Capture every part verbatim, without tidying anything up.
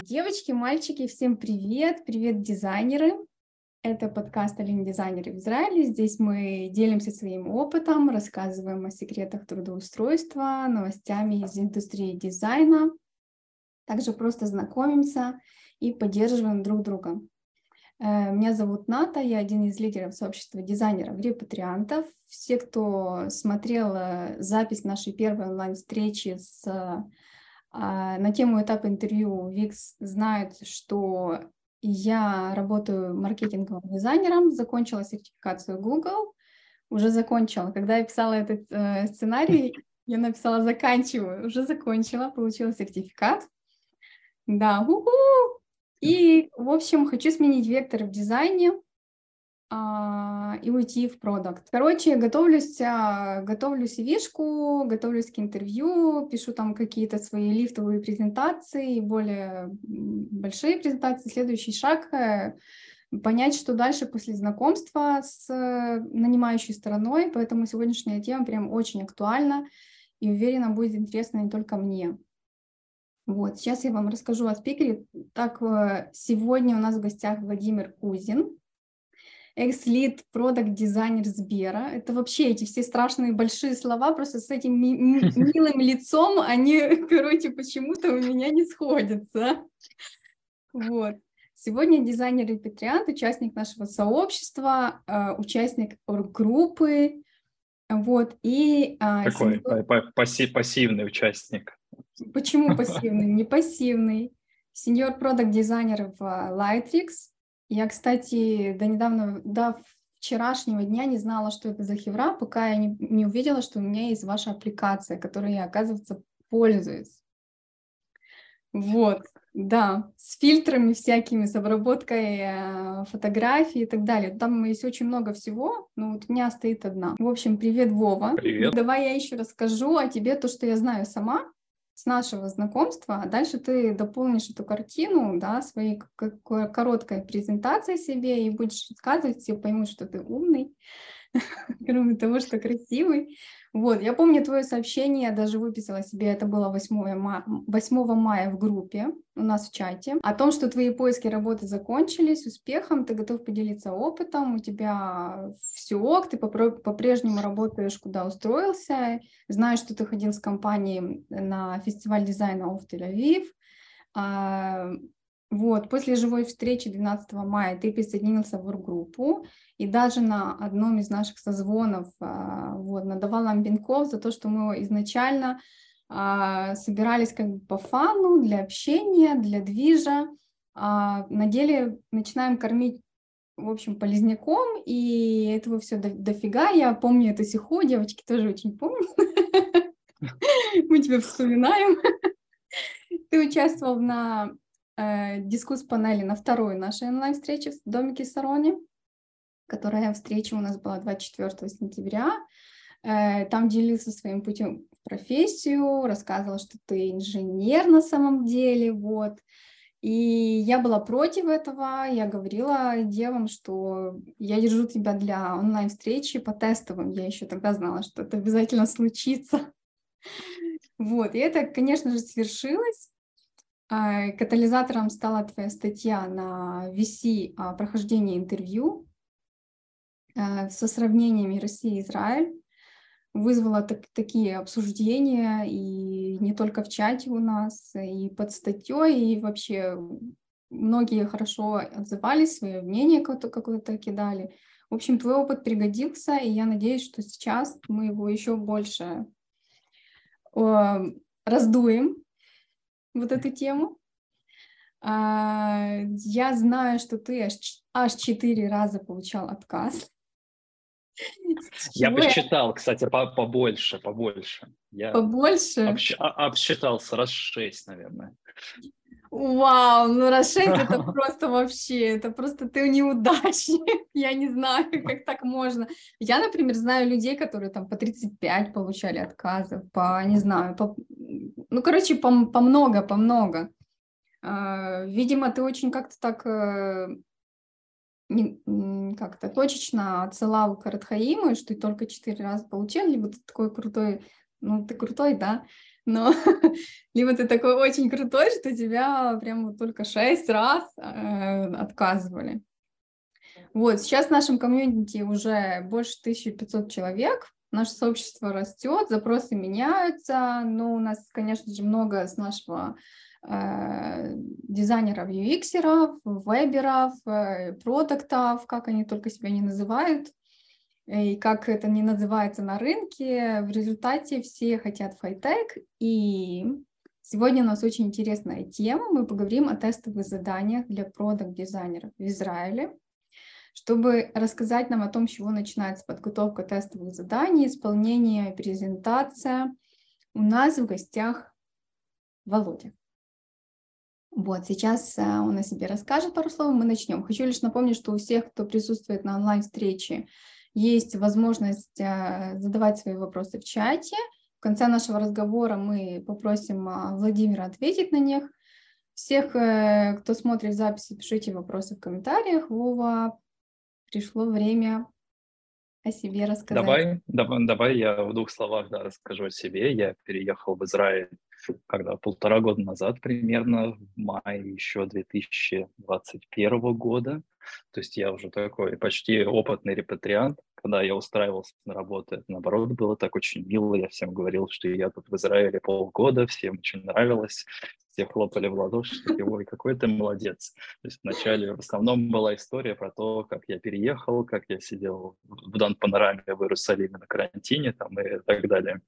Девочки, мальчики, всем привет! Привет, дизайнеры! Это подкаст «Алина дизайнеры в Израиле». Здесь мы делимся своим опытом, рассказываем о секретах трудоустройства, новостями из индустрии дизайна. Также просто знакомимся и поддерживаем друг друга. Меня зовут Ната, я один из лидеров сообщества дизайнеров-репатриантов. Все, кто смотрел запись нашей первой онлайн-встречи с, на тему этапа интервью Викс, знают, что я работаю маркетинговым дизайнером, закончила сертификацию Google, уже закончила. Когда я писала этот э, сценарий, я написала «заканчиваю», уже закончила, получила сертификат. Да, у-ху! И, в общем, хочу сменить вектор в дизайне а, и уйти в продакт. Короче, готовлюсь, а, готовлю си ви-шку, готовлюсь к интервью, пишу там какие-то свои лифтовые презентации, более большие презентации. Следующий шаг — понять, что дальше после знакомства с нанимающей стороной, поэтому сегодняшняя тема прям очень актуальна и, уверена, будет интересна не только мне. Вот, сейчас я вам расскажу о спикере. Так, сегодня у нас в гостях Владимир Кузин, экс-лид продакт-дизайнер Сбера. Это вообще эти все страшные большие слова, просто с этим ми- ми- милым лицом, они, короче, почему-то у меня не сходятся. Вот. Сегодня дизайнер-репатриант, участник нашего сообщества, участник группы. Вот, и... Такой сеньор... пасси- пассивный участник. Почему пассивный? Не пассивный. Сеньор продакт-дизайнер в Lightrix. Я, кстати, до недавно, до вчерашнего дня не знала, что это за хевра, пока я не, не увидела, что у меня есть ваша аппликация, которой я, оказывается, пользуюсь. Вот, да, с фильтрами всякими, с обработкой э, фотографий и так далее. Там есть очень много всего, но вот у меня стоит одна. В общем, привет, Вова. Привет. Давай я еще расскажу о тебе то, что я знаю сама с нашего знакомства, а дальше ты дополнишь эту картину, да, своей короткой презентацией себе и будешь рассказывать, все поймут, что ты умный, кроме того, что красивый. Вот, я помню твое сообщение, я даже выписала себе, это было восьмого мая в группе у нас в чате, о том, что твои поиски работы закончились успехом, ты готов поделиться опытом, у тебя все ок, ты по-прежнему работаешь, куда устроился, знаю, что ты ходил с компанией на фестиваль дизайна в Тель-Авив. Вот, после живой встречи двенадцатого мая ты присоединился в воркгруппу и даже на одном из наших созвонов вот, надавал нам пинков за то, что мы изначально а, собирались как бы по фану, для общения, для движа. А, на деле начинаем кормить, в общем, полезняком, и этого все до, дофига. Я помню эту сиху, девочки тоже очень помнят. Мы тебя вспоминаем. Ты участвовал на дискусс-панели на второй нашей онлайн-встрече в домике Сароне, которая встреча у нас была двадцать четвёртого сентября. Там делился своим путем в профессию, рассказывал, что ты инженер на самом деле, вот. И я была против этого, я говорила девам, что я держу тебя для онлайн-встречи по тестовым. Я еще тогда знала, что это обязательно случится. Вот, и это, конечно же, свершилось. Катализатором стала твоя статья на ви си о прохождении интервью со сравнениями России и Израиль. Вызвала так, такие обсуждения, и не только в чате у нас, и под статьей, и вообще многие хорошо отзывались, свое мнение какое-то, какое-то кидали. В общем, твой опыт пригодился, и я надеюсь, что сейчас мы его еще больше э, раздуем, вот эту тему. А, я знаю, что ты аж, аж четыре раза получал отказ. Я посчитал, кстати, побольше, побольше. Я побольше? Обсч... Обсчитался раз шесть, наверное. Вау, ну раз шесть это просто вообще, это просто ты неудачник. Я не знаю, как так можно. Я, например, знаю людей, которые там по тридцать пять получали отказов, по, не знаю, по, ну, короче, по, по много, по много. Видимо, ты очень как-то так как-то точечно отсылал к Арат Хаиму, что ты только четыре раза получил, либо ты такой крутой, ну ты крутой, да, но либо ты такой очень крутой, что тебя прям вот только шесть раз э, отказывали. Вот, сейчас в нашем комьюнити уже больше тысячи пятисот человек, наше сообщество растет, запросы меняются, но у нас, конечно же, много с нашего э, дизайнеров, ю экс-еров, веберов, э, продуктов, как они только себя не называют, и как это не называется на рынке. В результате все хотят файтек, и сегодня у нас очень интересная тема. Мы поговорим о тестовых заданиях для продакт-дизайнеров в Израиле. Чтобы рассказать нам о том, с чего начинается подготовка тестовых заданий, исполнение, презентация, у нас в гостях Володя. Вот, сейчас он о себе расскажет пару слов, мы начнем. Хочу лишь напомнить, что у всех, кто присутствует на онлайн-встрече, есть возможность задавать свои вопросы в чате. В конце нашего разговора мы попросим Владимира ответить на них. Всех, кто смотрит записи, пишите вопросы в комментариях. Вова, пришло время о себе рассказать. Давай, давай, давай я в двух словах да, расскажу о себе. Я переехал в Израиль когда полтора года назад примерно, в мае еще две тысячи двадцать первого года. То есть я уже такой почти опытный репатриант. Когда я устраивался на работу, это, наоборот, было так очень мило. Я всем говорил, что я тут в Израиле полгода, всем очень нравилось. Все хлопали в ладоши, такие, ой, какой ты молодец. То есть вначале в основном была история про то, как я переехал, как я сидел в Дан-Панораме в Иерусалиме на карантине там, и так далее.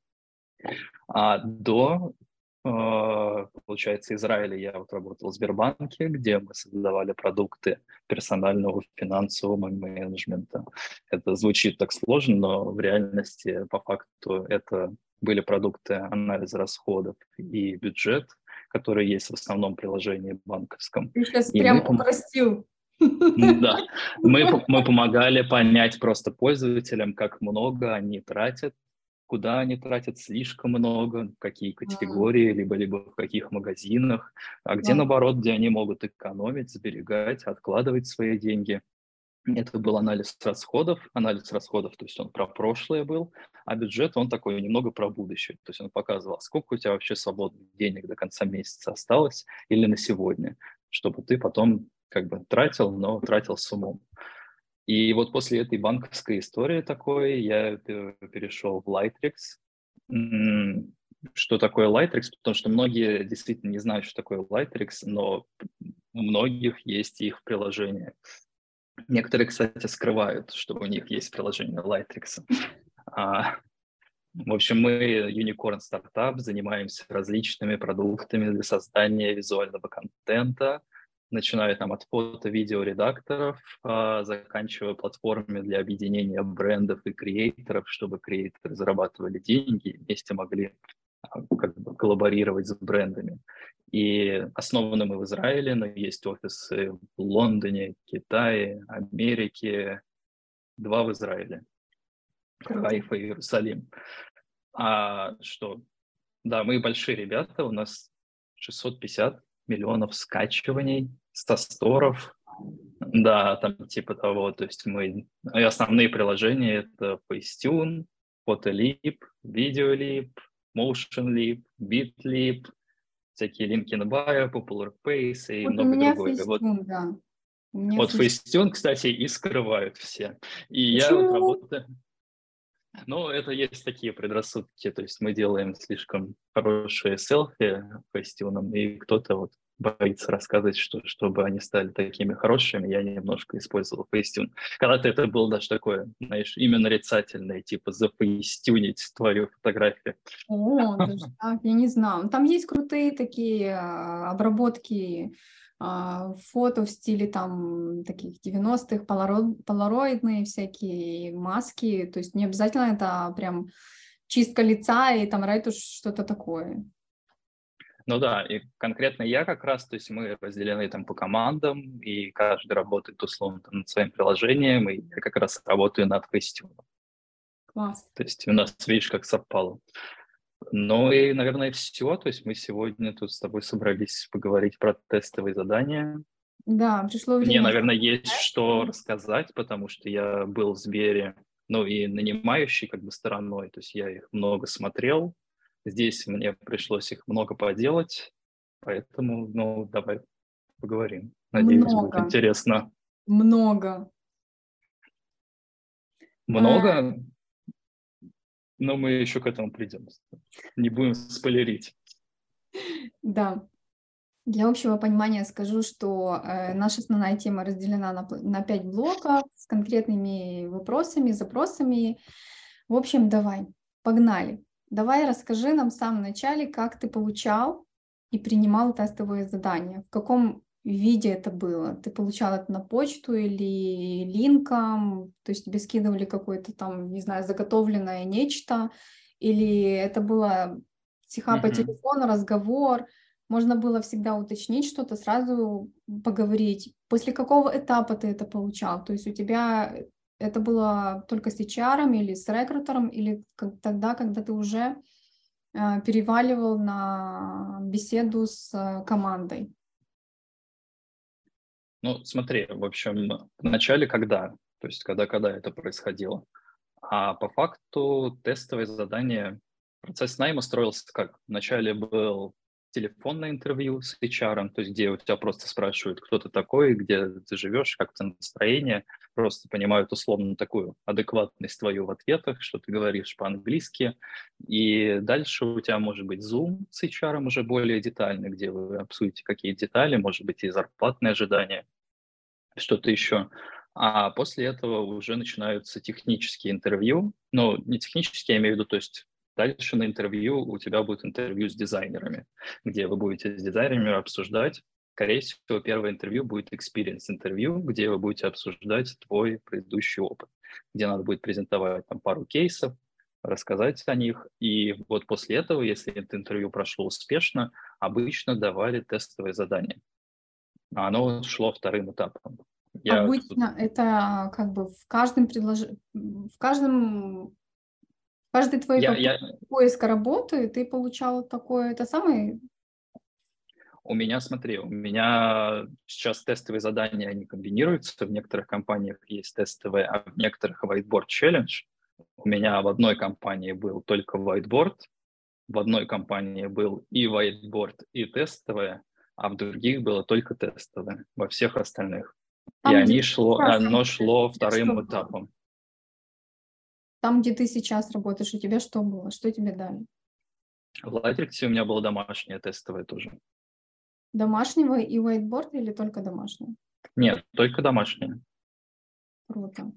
А до, получается, Израиля я вот работал в Сбербанке, где мы создавали продукты персонального финансового менеджмента. Это звучит так сложно, но в реальности, по факту, это были продукты анализа расходов и бюджет, которые есть в основном приложении банковском. Ты сейчас и прям мы, упростил. Да, мы, мы помогали понять просто пользователям, как много они тратят, куда они тратят слишком много, в какие категории, либо-либо в каких магазинах, а где, наоборот, где они могут экономить, сберегать, откладывать свои деньги. Это был анализ расходов, анализ расходов, то есть он про прошлое был, а бюджет, он такой немного про будущее, то есть он показывал, сколько у тебя вообще свободных денег до конца месяца осталось или на сегодня, чтобы ты потом как бы тратил, но тратил с умом. И вот после этой банковской истории такой я перешел в Lightricks. Что такое Lightricks? Потому что многие действительно не знают, что такое Lightricks, но у многих есть их приложение. Некоторые, кстати, скрывают, что у них есть приложение Lightricks. А, в общем, мы Unicorn стартап, занимаемся различными продуктами для создания визуального контента, начиная там от фото-видеоредакторов, а, заканчивая платформами для объединения брендов и креаторов, чтобы креаторы зарабатывали деньги и вместе могли а, как бы коллаборировать с брендами. И основаны мы в Израиле, но есть офисы в Лондоне, Китае, Америке, два в Израиле, Хайфа и Иерусалим. А что? Да, мы большие ребята, у нас шестьсот пятьдесят миллионов скачиваний, сто сторов, да, там типа того, то есть мы, основные приложения это Facetune, Photolib, Videolib, MotionLib, BitLib, всякие LinkedIn Bio, Popular Pace и вот много другое. Facetune, Вот, да. вот Facetune, кстати, и скрывают все. И Почему? я вот работаю... Ну, это есть такие предрассудки, то есть мы делаем слишком хорошие селфи Facetune, и кто-то вот боится рассказывать, что чтобы они стали такими хорошими, я немножко использовал Facetune. Когда-то это было даже такое, знаешь, имя нарицательное, типа зафейстюнить твою фотографию. О, даже так, я не знаю. Там есть крутые такие а, обработки а, фото в стиле там таких девяностых, поларо- полароидные всякие маски. То есть не обязательно это прям чистка лица и там ретушь, что-то такое. Ну да, и конкретно я как раз, то есть мы разделены там по командам, и каждый работает условно над своим приложением, и я как раз работаю над Facetune. Класс. То есть у нас, видишь, как совпало. Ну и, наверное, все. То есть мы сегодня тут с тобой собрались поговорить про тестовые задания. Да, пришло время. Мне, наверное, есть что рассказать, потому что я был в Сбере, ну и нанимающей как бы стороной, то есть я их много смотрел, Здесь мне пришлось их много поделать, поэтому, ну, давай поговорим. Надеюсь, будет Много, интересно. много. Э, Много, но мы еще к этому придем. Не будем спойлерить. Да. Для общего понимания скажу, что э, наша основная тема разделена на, п- на пять блоков с конкретными вопросами, запросами. В общем, давай, погнали. Давай расскажи нам в самом начале, как ты получал и принимал тестовые задания. В каком виде это было? Ты получал это на почту или линком? То есть тебе скидывали какое-то там, не знаю, заготовленное нечто? Или это было стиха по Мгм. телефону, разговор? Можно было всегда уточнить что-то, сразу поговорить. После какого этапа ты это получал? То есть у тебя это было только с эйч ар или с рекрутером, или как- тогда, когда ты уже э, переваливал на беседу с э, командой? Ну, смотри, в общем, в начале когда? То есть когда, когда это происходило? А по факту тестовые задания, процесс найма строился как? Вначале был телефонное интервью с эйч ар, то есть где у тебя просто спрашивают, кто ты такой, где ты живешь, как у тебя настроение, просто понимают условно такую адекватность твою в ответах, что ты говоришь по-английски. И дальше у тебя может быть Zoom с эйч ар уже более детальный, где вы обсудите какие детали, может быть и зарплатные ожидания, что-то еще. А после этого уже начинаются технические интервью. Ну, не технические, я имею в виду, то есть дальше на интервью у тебя будет интервью с дизайнерами, где вы будете с дизайнерами обсуждать. Скорее всего, первое интервью будет experience интервью, где вы будете обсуждать твой предыдущий опыт, где надо будет презентовать там пару кейсов, рассказать о них. И вот после этого, если это интервью прошло успешно, обычно давали тестовые задания. А оно шло вторым этапом. Я тут Обычно это как бы в каждом предлож... в каждом в каждой твоей Я, попытке я, поиска работы ты получал такое, это самое. у меня, смотри, у меня сейчас тестовые задания, они комбинируются. В некоторых компаниях есть тестовые, а в некоторых whiteboard challenge. У меня в одной компании был только whiteboard, в одной компании был и whiteboard, и тестовое, а в других было только тестовое, во всех остальных. И Там, где они ты шло, сейчас оно работаешь, шло у тебя что вторым было? этапом. Там, где ты сейчас работаешь, у тебя что было? Что тебе дали? В Lightrix у меня было домашнее тестовое тоже. Домашнего и whiteboard или только домашнего? Нет, только домашнее. Круто.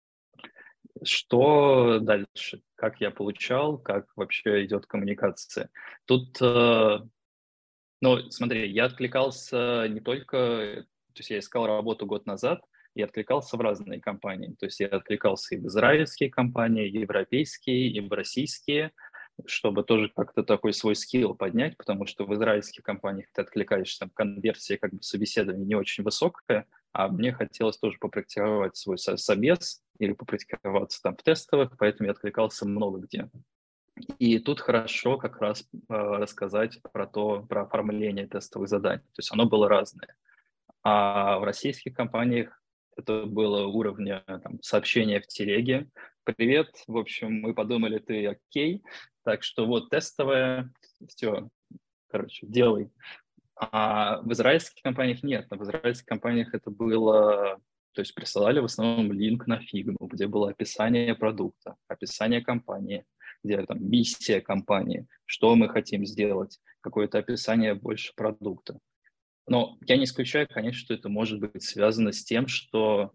Что дальше? Как я получал, как вообще идет коммуникация? Тут, э, ну, смотри, я откликался не только, то есть я искал работу год назад, и откликался в разные компании. То есть я откликался и в израильские компании, и в европейские, и в российские, чтобы тоже как-то такой свой скилл поднять, потому что в израильских компаниях ты откликаешься, там конверсия как бы собеседования не очень высокая, а мне хотелось тоже попрактиковать свой собес или попрактиковаться там в тестовых, поэтому я откликался много где. И тут хорошо как раз э, рассказать про то, про оформление тестовых заданий. То есть оно было разное. А в российских компаниях это было уровня там, сообщения в телеге. Привет, в общем, мы подумали, ты окей, так что вот тестовое, все, короче, делай. А в израильских компаниях нет. В израильских компаниях это было, то есть присылали в основном линк на Figma, где было описание продукта, описание компании, где там миссия компании, что мы хотим сделать, какое-то описание больше продукта. Но я не исключаю, конечно, что это может быть связано с тем, что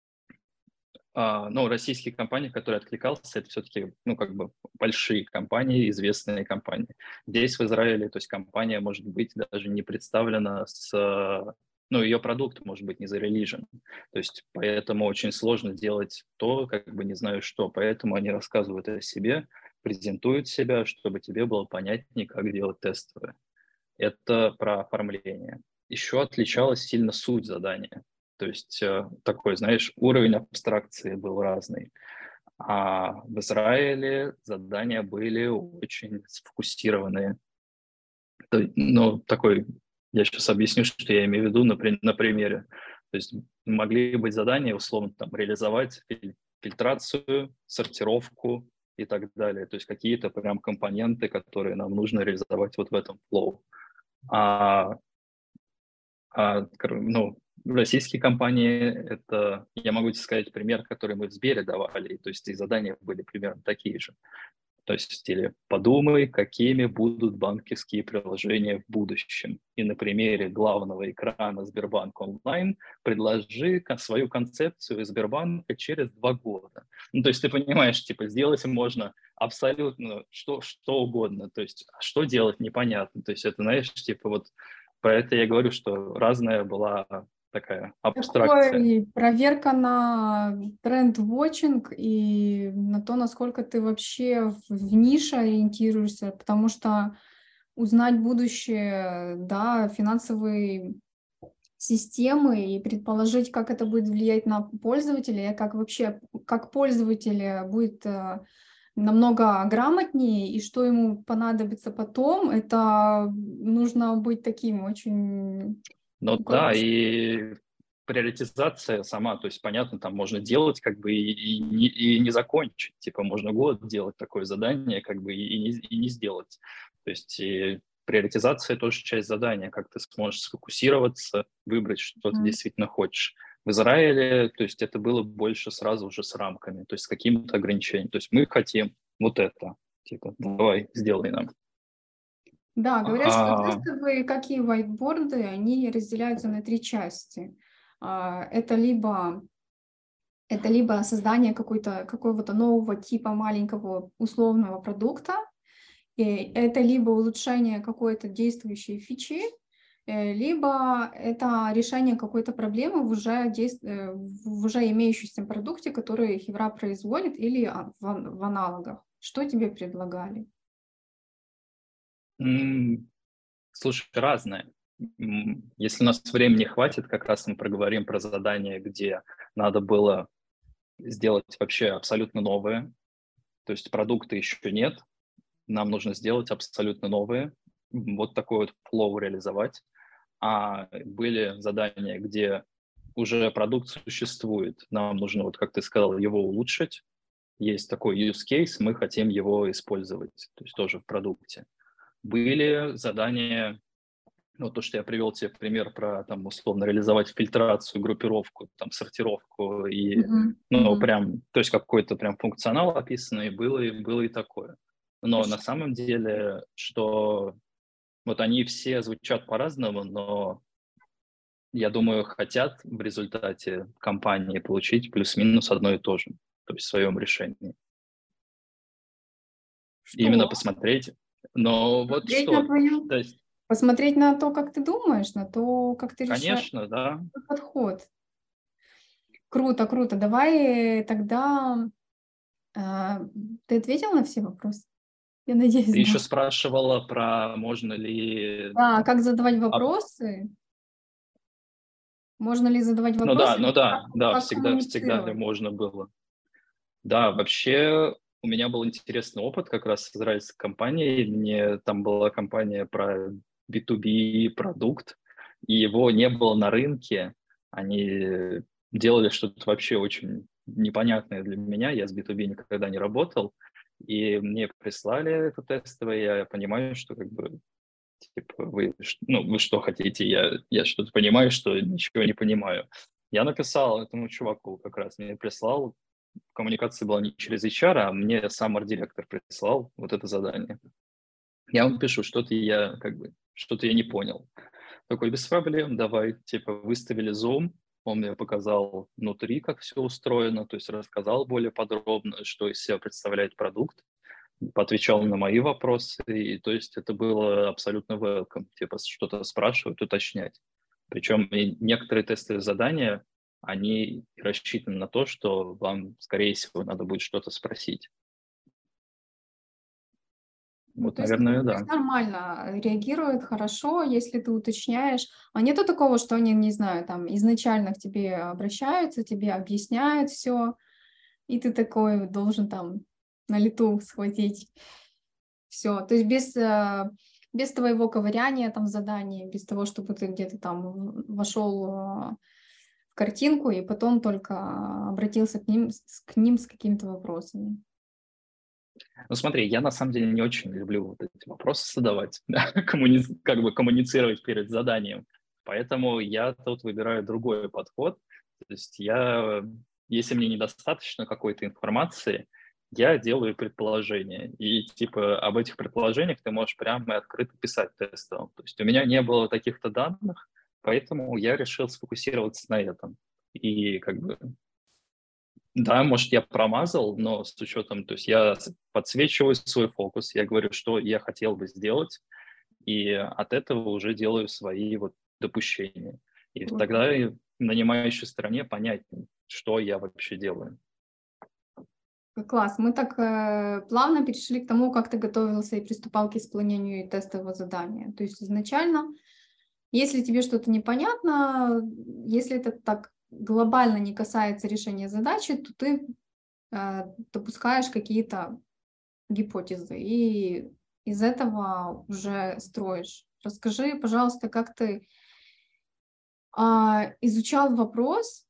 а, ну, российские компании, которые откликался, это все-таки, ну, как бы большие компании, известные компании. Здесь, в Израиле, то есть компания может быть даже не представлена с, ну, ее продукт может быть не зарелижен. То есть поэтому очень сложно делать то, как бы не знаю что. Поэтому они рассказывают о себе, презентуют себя, чтобы тебе было понятнее, как делать тестовые. Это про оформление. Еще отличалась сильно суть задания. То есть э, такой, знаешь, уровень абстракции был разный. А в Израиле задания были очень сфокусированные. То, ну, такой, я сейчас объясню, что я имею в виду на, на примере. То есть могли быть задания, условно, там, реализовать фильтрацию, сортировку и так далее. То есть какие-то прям компоненты, которые нам нужно реализовать вот в этом флоу. А, а ну, российские компании, это, я могу тебе сказать пример, который мы в Сбере давали, то есть и задания были примерно такие же. То есть в стиле «подумай, какими будут банковские приложения в будущем». И на примере главного экрана Сбербанк онлайн предложи свою концепцию Сбербанка через два года. Ну, то есть ты понимаешь, типа, сделать можно абсолютно что, что угодно. То есть что делать, непонятно. То есть это, знаешь, типа вот про это я говорю, что разная была такая абстракция. Такой проверка на тренд-вотчинг и на то, насколько ты вообще в, в нише ориентируешься, потому что узнать будущее, да, финансовой системы и предположить, как это будет влиять на пользователя, и как вообще, как пользователь будет э, намного грамотнее, и что ему понадобится потом, это нужно быть таким очень... Ну да, и приоритизация сама, то есть, понятно, там можно делать как бы и, и, не, и не закончить, типа можно год делать такое задание как бы и, и, не, и не сделать. То есть и приоритизация тоже часть задания, как ты сможешь сфокусироваться, выбрать, что ты Mm. действительно хочешь. В Израиле, то есть это было больше сразу уже с рамками, то есть с какими-то ограничениями. То есть мы хотим вот это, типа давай, сделай нам. Да, говорят, что А, тестовые, как и whiteboard, они разделяются на три части. А, Это либо, это либо создание какой-то, какого-то нового типа маленького условного продукта, и это либо улучшение какой-то действующей фичи, э, либо это решение какой-то проблемы в уже, действ... э, в уже имеющемся продукте, который Хевра производит, или а, в, в аналогах. Что тебе предлагали? м, Слушай, разное. М, Если у нас времени хватит, как раз мы проговорим про задание, где надо было сделать вообще абсолютно новое. То есть продукта еще нет, нам нужно сделать абсолютно новые. М, Вот такой вот флоу реализовать. А были задания, где уже продукт существует, нам нужно, вот как ты сказал, его улучшить. Есть такой use case, мы хотим его использовать, то есть тоже в продукте. Были задания, ну, то, что я привел тебе пример про, там, условно, реализовать фильтрацию, группировку, там, сортировку и, Мгм, ну, мгм. прям, то есть какой-то прям функционал описанный, было и, было и такое. Но на Хорошо. самом деле, что вот они все звучат по-разному, но я думаю, хотят в результате компании получить плюс-минус одно и то же, то есть в своем решении. Именно Что? посмотреть. Но вот Смотреть на что, твою... то есть, Посмотреть на то, как ты думаешь, на то, как ты решаешь конечно, да. подход. Круто, круто. Давай э, тогда... а, Ты ответил на все вопросы? Я надеюсь, Ты еще да. спрашивала про можно ли... Да, как задавать а, вопросы? Можно ли задавать Ну да, вопросы? ну Как, да, да, как всегда, всегда ли коммуницировать? можно было. Да, вообще у меня был интересный опыт как раз с израильской компанией. Мне там была компания про би ту би продукт, и его не было на рынке. Они делали что-то вообще очень непонятное для меня. Я с би ту би никогда не работал. И мне прислали это тестовое, я понимаю, что как бы типа, вы, ш- ну, вы что хотите, я, я что-то понимаю, что ничего не понимаю. Я написал этому чуваку как раз, мне прислал, коммуникация была не через эйч ар, а мне сам арт-директор прислал вот это задание. Я ему пишу, что-то я как бы, что-то я не понял. Такой, без проблем, давай, типа, выставили Zoom, он мне показал внутри, как все устроено, то есть рассказал более подробно, что из себя представляет продукт, поотвечал на мои вопросы, и то есть это было абсолютно welcome, типа что-то спрашивают, уточнять. Причем и некоторые тестовые задания, они рассчитаны на то, что вам, скорее всего, надо будет что-то спросить. Ну, Вот, то есть, то наверное, есть да. нормально реагируют хорошо, если ты уточняешь. А нету такого, что они, не знаю, там изначально к тебе обращаются, тебе объясняют все, и ты такой должен там на лету схватить все. То есть без, э, без твоего ковыряния там в задании, без того, чтобы ты где-то там вошел э, в картинку и потом только обратился к ним, с- к ним с какими-то вопросами. Ну смотри, я на самом деле не очень люблю вот эти вопросы задавать, да, коммуни как бы коммуницировать перед заданием, поэтому я тут выбираю другой подход. То есть я, если мне недостаточно какой-то информации, я делаю предположение, и типа об этих предположениях ты можешь прямо и открыто писать тестовым. То есть у меня не было таких-то данных, поэтому я решил сфокусироваться на этом. И как бы да, может, я промазал, но с учетом, то есть я с- подсвечиваю свой фокус, я говорю, что я хотел бы сделать, и от этого уже делаю свои вот допущения. И Круто. тогда и нанимающей стороне понятнее, что я вообще делаю. Как Класс. Мы так э, плавно перешли к тому, как ты готовился и приступал к исполнению тестового задания. То есть изначально, если тебе что-то непонятно, если это так глобально не касается решения задачи, то ты э, допускаешь какие-то гипотезы и из этого уже строишь. Расскажи, пожалуйста, как ты а, изучал вопрос,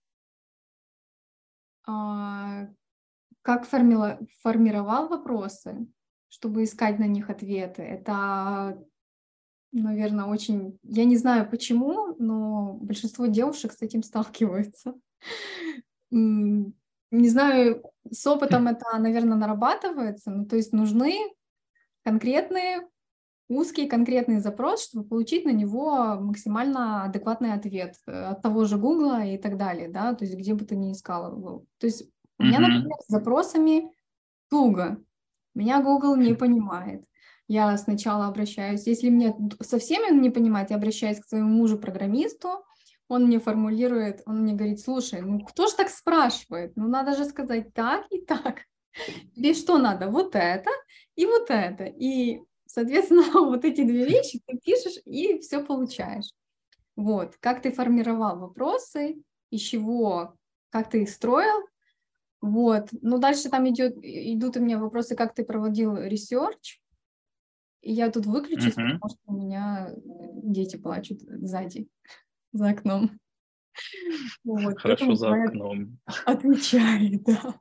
а, как формила- формировал вопросы, чтобы искать на них ответы. Это, наверное, очень... Я не знаю почему, но большинство девушек с этим сталкиваются. М, Не знаю, с опытом это, наверное, нарабатывается. Ну, то есть нужны конкретные, узкий конкретный запрос, чтобы получить на него максимально адекватный ответ э, от того же Гугла и так далее, да, то есть где бы ты ни искала его. То есть у меня, Мгм. например, с запросами туго. Меня Google не понимает. Я сначала обращаюсь, если мне совсем он не понимает, я обращаюсь к своему мужу-программисту, он мне формулирует, он мне говорит, слушай, ну кто ж так спрашивает? Ну надо же сказать так и так. Тебе что надо? Вот это и вот это. И, соответственно, вот эти две вещи ты пишешь и все получаешь. Вот. Как ты формировал вопросы, из чего, как ты их строил. Вот. Ну, дальше там идет, идут у меня вопросы, как ты проводил ресерч. И я тут выключусь, Мгм. потому что у меня дети плачут сзади, за окном. Вот. Хорошо Поэтому за давай окном. отвечай, да.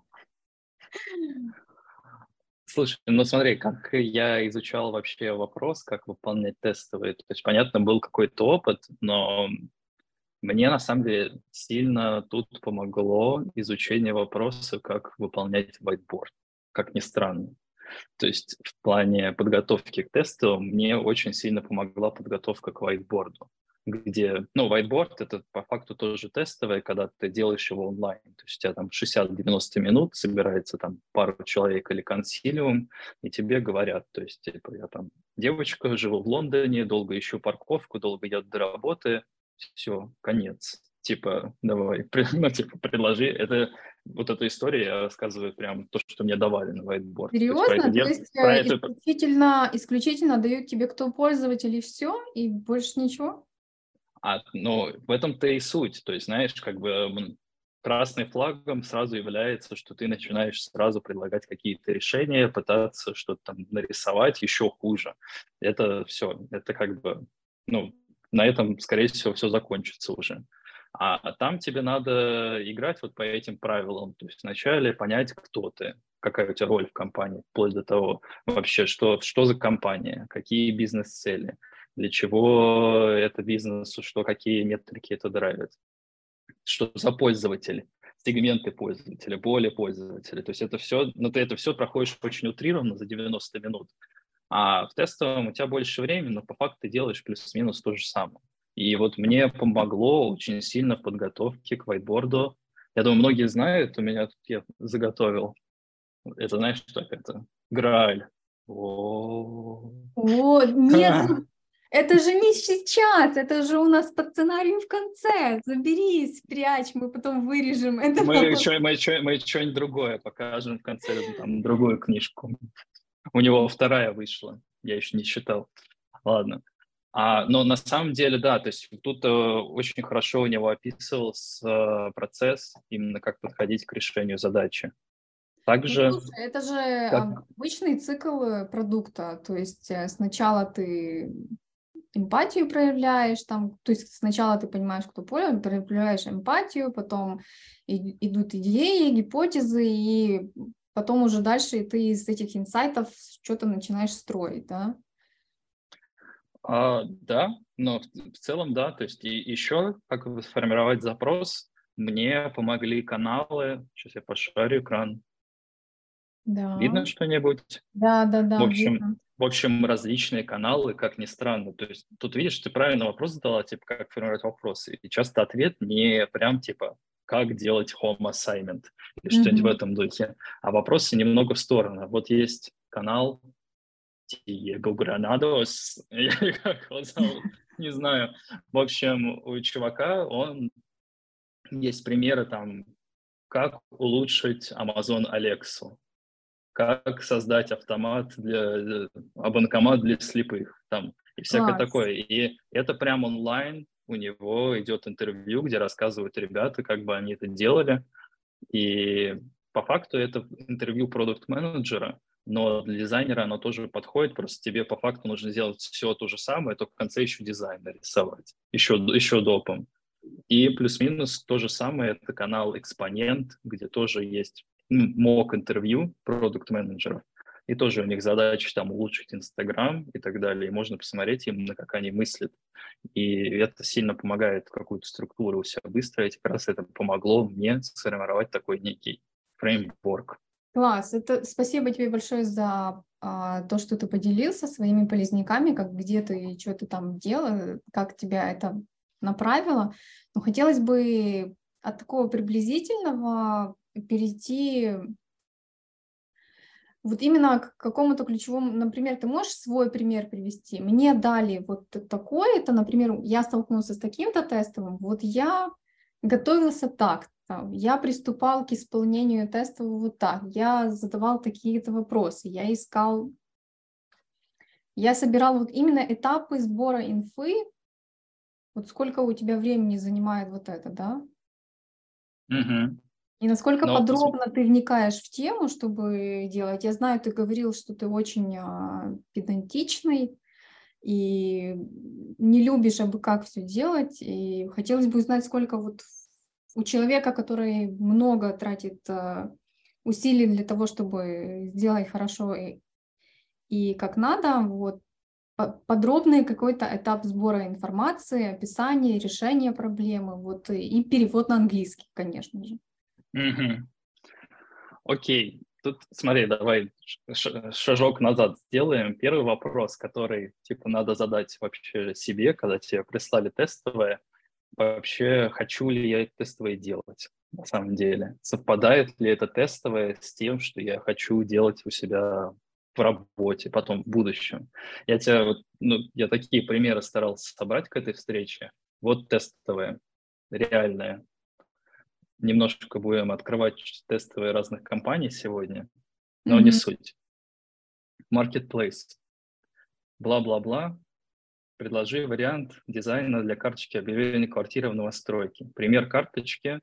Слушай, ну смотри, как я изучал вообще вопрос, как выполнять тестовые. То есть, понятно, был какой-то опыт, но мне на самом деле сильно тут помогло изучение вопроса, как выполнять whiteboard, как ни странно. То есть в плане подготовки к тесту мне очень сильно помогла подготовка к whiteboard, где, ну, whiteboard — это по факту тоже тестовое, когда ты делаешь его онлайн. То есть у тебя там шестьдесят-девяносто минут, собирается там пару человек или консилиум, и тебе говорят, то есть, типа, я там девочка, живу в Лондоне, долго ищу парковку, долго еду до работы, все, конец. Типа, давай, ну, типа, предложи. Это вот эта история, я рассказываю прям то, что мне давали на whiteboard. То есть про это, Серьезно? То дев... есть про э, это исключительно, исключительно дают тебе кто пользователь и все, и больше ничего? А, ну, в этом-то и суть. То есть, знаешь, как бы м, красным флагом сразу является, что ты начинаешь сразу предлагать какие-то решения, пытаться что-то там нарисовать еще хуже. Это все, это как бы, ну, на этом, скорее всего, все закончится уже. А там тебе надо играть вот по этим правилам. То есть вначале понять, кто ты, какая у тебя роль в компании, вплоть до того вообще, что, что за компания, какие бизнес-цели, для чего это бизнесу, что какие метрики это драйвит, что за пользователи, сегменты пользователя, боли пользователя. То есть это все, ну, ты это все проходишь очень утрированно за девяносто минут. А в тестовом у тебя больше времени, но по факту ты делаешь плюс-минус то же самое. И вот мне помогло очень сильно в подготовке к whiteboard. Я думаю, многие знают, у меня тут я заготовил. Это знаешь, что это? Грааль. О. О, нет, ну, это же не сейчас, это же у нас по сценарию в конце. Забери, спрячь, мы потом вырежем это. Мы что, мы что, мы что-нибудь другое покажем в конце, там, другую книжку. У него вторая вышла, я еще не читал. Ладно. А, но на самом деле, да, то есть тут э, очень хорошо у него описывался э, процесс, именно как подходить к решению задачи. Ну, Также, слушай, это же как... обычный цикл э, продукта. То есть э, сначала ты эмпатию проявляешь, там, то есть сначала ты понимаешь, кто понял, проявляешь эмпатию, потом и- идут идеи, гипотезы, и потом уже дальше ты из этих инсайтов что-то начинаешь строить, да? А, да, но в, в целом да, то есть и еще как сформировать запрос, мне помогли каналы, сейчас я пошарю экран, Да, видно что-нибудь? да, да, В да, общем, видно. в общем, различные каналы, как ни странно. То есть тут, видишь, ты правильный вопрос задала, типа, как формировать вопросы. И часто ответ не прям, типа, как делать home assignment или что-нибудь в Мгм. этом духе, а вопросы немного в сторону. Вот есть канал Диего Гранадос, или как его зовут, не знаю. В общем, у чувака, он есть примеры там, как улучшить Amazon Alexa, как создать автомат для, а банкомат для слепых, там, и всякое Класс. такое. И это прям онлайн, у него идет интервью, где рассказывают ребята, как бы они это делали. И по факту это интервью продукт-менеджера, но для дизайнера оно тоже подходит, просто тебе по факту нужно сделать все то же самое, только в конце еще дизайн нарисовать, еще, еще допом. И плюс-минус то же самое, это канал Экспонент, где тоже есть мок-интервью продукт-менеджеров, и тоже у них задача там улучшить Инстаграм и так далее, и можно посмотреть именно, как они мыслят. И это сильно помогает какую-то структуру у себя выстроить. Как раз это помогло мне сформировать такой некий фреймворк. Класс. Это спасибо тебе большое за а, то, что ты поделился своими полезниками, как где ты и что ты там делал, как тебя это направило. Но хотелось бы от такого приблизительного перейти вот именно к какому-то ключевому, например, ты можешь свой пример привести? Мне дали вот такое-то, например, я столкнулся с таким-то тестовым, вот я готовился так, там, я приступал к исполнению теста вот так, я задавал такие-то вопросы, я искал, я собирал вот именно этапы сбора инфы, вот сколько у тебя времени занимает вот это, да? Угу. И насколько Но подробно ты вникаешь в тему, чтобы делать. Я знаю, ты говорил, что ты очень а, педантичный и не любишь абы как все делать. И хотелось бы узнать, сколько вот у человека, который много тратит а, усилий для того, чтобы сделать хорошо и, и как надо, вот по- подробный какой-то этап сбора информации, описание, решение проблемы, вот и и перевод на английский, конечно же. угу. Окей, тут смотри, давай шажок назад сделаем. Первый вопрос, который типа надо задать вообще себе, когда тебе прислали тестовое, вообще хочу ли я тестовое делать на самом деле? Совпадает ли это тестовое с тем, что я хочу делать у себя в работе, потом в будущем? Я тебя вот, ну, я такие примеры старался собрать к этой встрече. Вот тестовое, реальное. Немножко будем открывать тестовые разных компаний сегодня, но не суть. Marketplace. Бла-бла-бла. Предложи вариант дизайна для карточки объявления квартиры в новостройке. Пример карточки,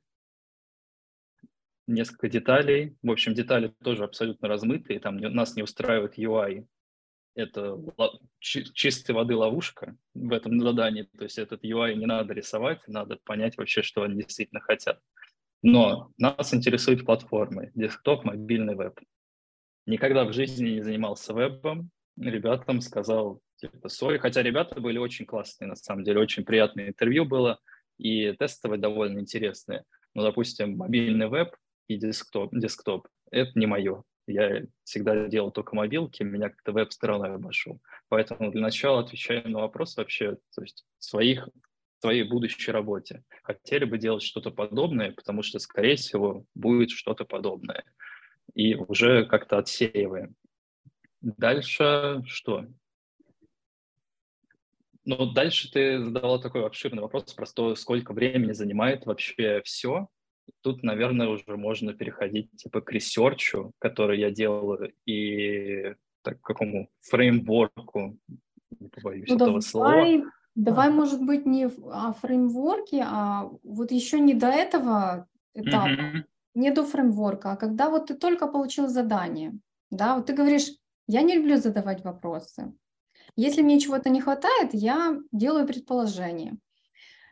несколько деталей. В общем, детали тоже абсолютно размытые, там не, нас не устраивает ю ай. Это ла- чи, чистой воды ловушка в этом задании. То есть этот ю ай не надо рисовать, надо понять вообще, что они действительно хотят. Но нас интересуют платформы, десктоп, мобильный веб. Никогда в жизни не занимался вебом. Ребятам сказал, типа, сори. Хотя ребята были очень классные, на самом деле, очень приятное интервью было, и тестовые довольно интересные. Но, допустим, мобильный веб и десктоп, десктоп – это не мое. Я всегда делал только мобилки, меня как-то веб стороной обошел. Поэтому для начала отвечаю на вопрос вообще, то есть своих, своей будущей работе. Хотели бы делать что-то подобное, потому что, скорее всего, будет что-то подобное. И уже как-то отсеиваем. Дальше что? Ну, дальше ты задавала такой обширный вопрос про то, сколько времени занимает вообще все. Тут, наверное, уже можно переходить типа к ресерчу, который я делаю, и так, к какому фреймворку, не побоюсь Ну, этого слова. давай, давай, может быть, не в- о фреймворке, а вот еще не до этого этапа, Мгм. не до фреймворка, а когда вот ты только получил задание, да, вот ты говоришь, я не люблю задавать вопросы. Если мне чего-то не хватает, я делаю предположение.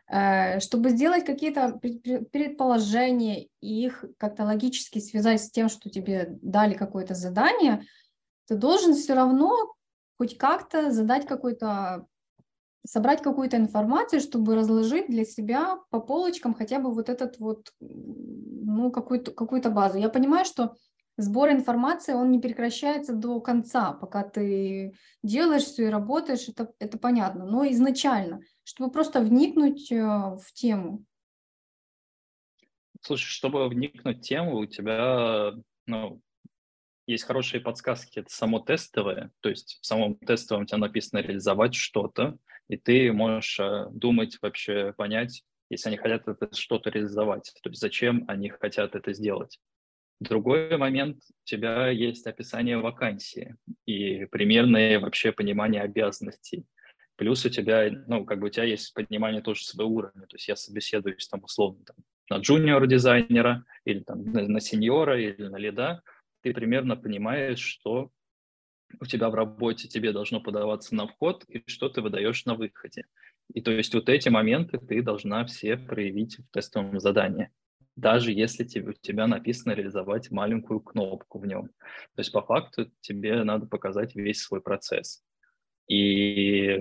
Чтобы сделать какие-то предположения и их как-то логически связать с тем, что тебе дали какое-то задание, ты должен все равно хоть как-то задать какой-то, собрать какую-то информацию, чтобы разложить для себя по полочкам хотя бы вот этот вот, ну, какую-то, какую-то базу. Я понимаю, что сбор информации, он не прекращается до конца, пока ты делаешь все и работаешь, это, это понятно. Но изначально, чтобы просто вникнуть в тему. Слушай, чтобы вникнуть в тему, у тебя, ну, есть хорошие подсказки, это само тестовое, то есть в самом тестовом у тебя написано реализовать что-то, и ты можешь э, думать вообще, понять, если они хотят это что-то реализовать, то есть зачем они хотят это сделать. Другой момент, у тебя есть описание вакансии и примерное вообще понимание обязанностей. Плюс у тебя, ну, как бы у тебя есть понимание тоже своего уровня. То есть я собеседуюсь там условно там, на джуниор-дизайнера или там на, на сеньора или на лида. Ты примерно понимаешь, что у тебя в работе тебе должно подаваться на вход и что ты выдаешь на выходе. И то есть вот эти моменты ты должна все проявить в тестовом задании, даже если тебе, у тебя написано реализовать маленькую кнопку в нем. То есть по факту тебе надо показать весь свой процесс. И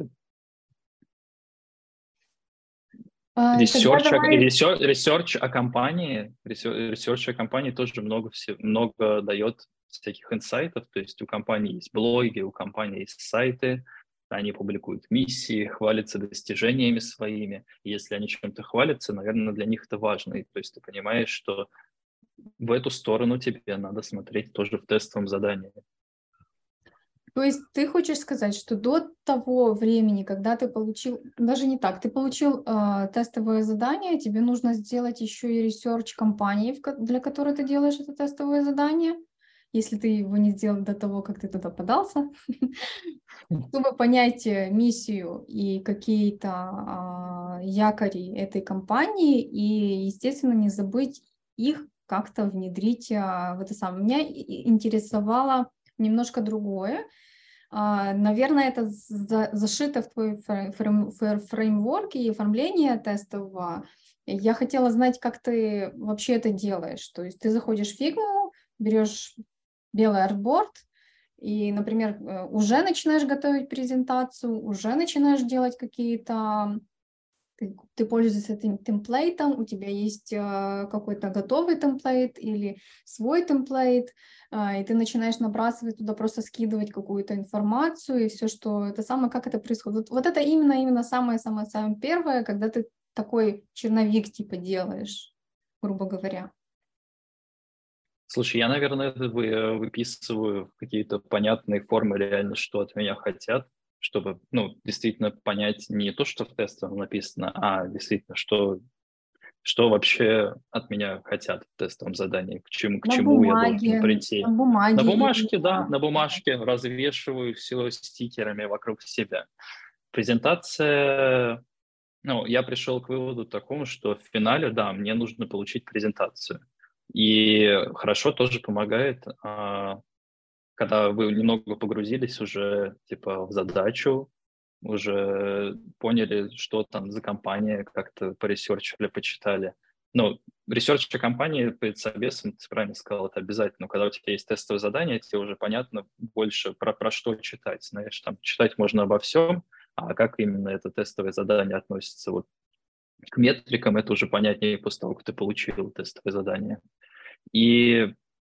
ресерч, давай... ресерч, ресерч о компании, ресерч о компании тоже много, много дает всяких инсайтов, то есть у компании есть блоги, у компании есть сайты, они публикуют миссии, хвалятся достижениями своими. И если они чем-то хвалятся, наверное, для них это важно. И, то есть ты понимаешь, что в эту сторону тебе надо смотреть тоже в тестовом задании. То есть ты хочешь сказать, что до того времени, когда ты получил, даже не так, ты получил э, тестовое задание, тебе нужно сделать еще и ресерч компании, для которой ты делаешь это тестовое задание, если ты его не сделал до того, как ты туда подался, чтобы понять миссию и какие-то э, якори этой компании, и, естественно, не забыть их как-то внедрить э, в это самое. Меня интересовало немножко другое. Uh, наверное, это за, зашито в твой фрейм, фреймворк и оформление тестового. Я хотела знать, как ты вообще это делаешь. То есть ты заходишь в Figma, берешь белый артборд и, например, уже начинаешь готовить презентацию, уже начинаешь делать какие-то... Ты, ты пользуешься этим темплейтом, у тебя есть э, какой-то готовый темплейт или свой темплейт, э, и ты начинаешь набрасывать туда, просто скидывать какую-то информацию и все, что это самое, как это происходит. Вот, вот это именно, именно самое-самое-самое первое, когда ты такой черновик типа делаешь, грубо говоря. Слушай, я, наверное, это вы, выписываю в какие-то понятные формы реально, что от меня хотят, чтобы, ну, действительно понять не то, что в тестовом написано, а действительно, что, что вообще от меня хотят в тестовом задании, к чему, к На чему я должен бумаге, прийти. на На бумаге или... бумажке, да, на бумажке развешиваю все стикерами вокруг себя. Презентация, ну, я пришел к выводу такому, что в финале, да, мне нужно получить презентацию. И хорошо тоже помогает, а, когда вы немного погрузились уже типа в задачу, уже поняли, что там за компания, как-то поресерчили, почитали. Ну, ресерч о компании перед собесом, ты правильно сказал, это обязательно. Но когда у тебя есть тестовое задание, тебе уже понятно больше про, про что читать. Знаешь, там читать можно обо всем, а как именно это тестовое задание относится вот к метрикам, это уже понятнее после того, как ты получил тестовое задание. И,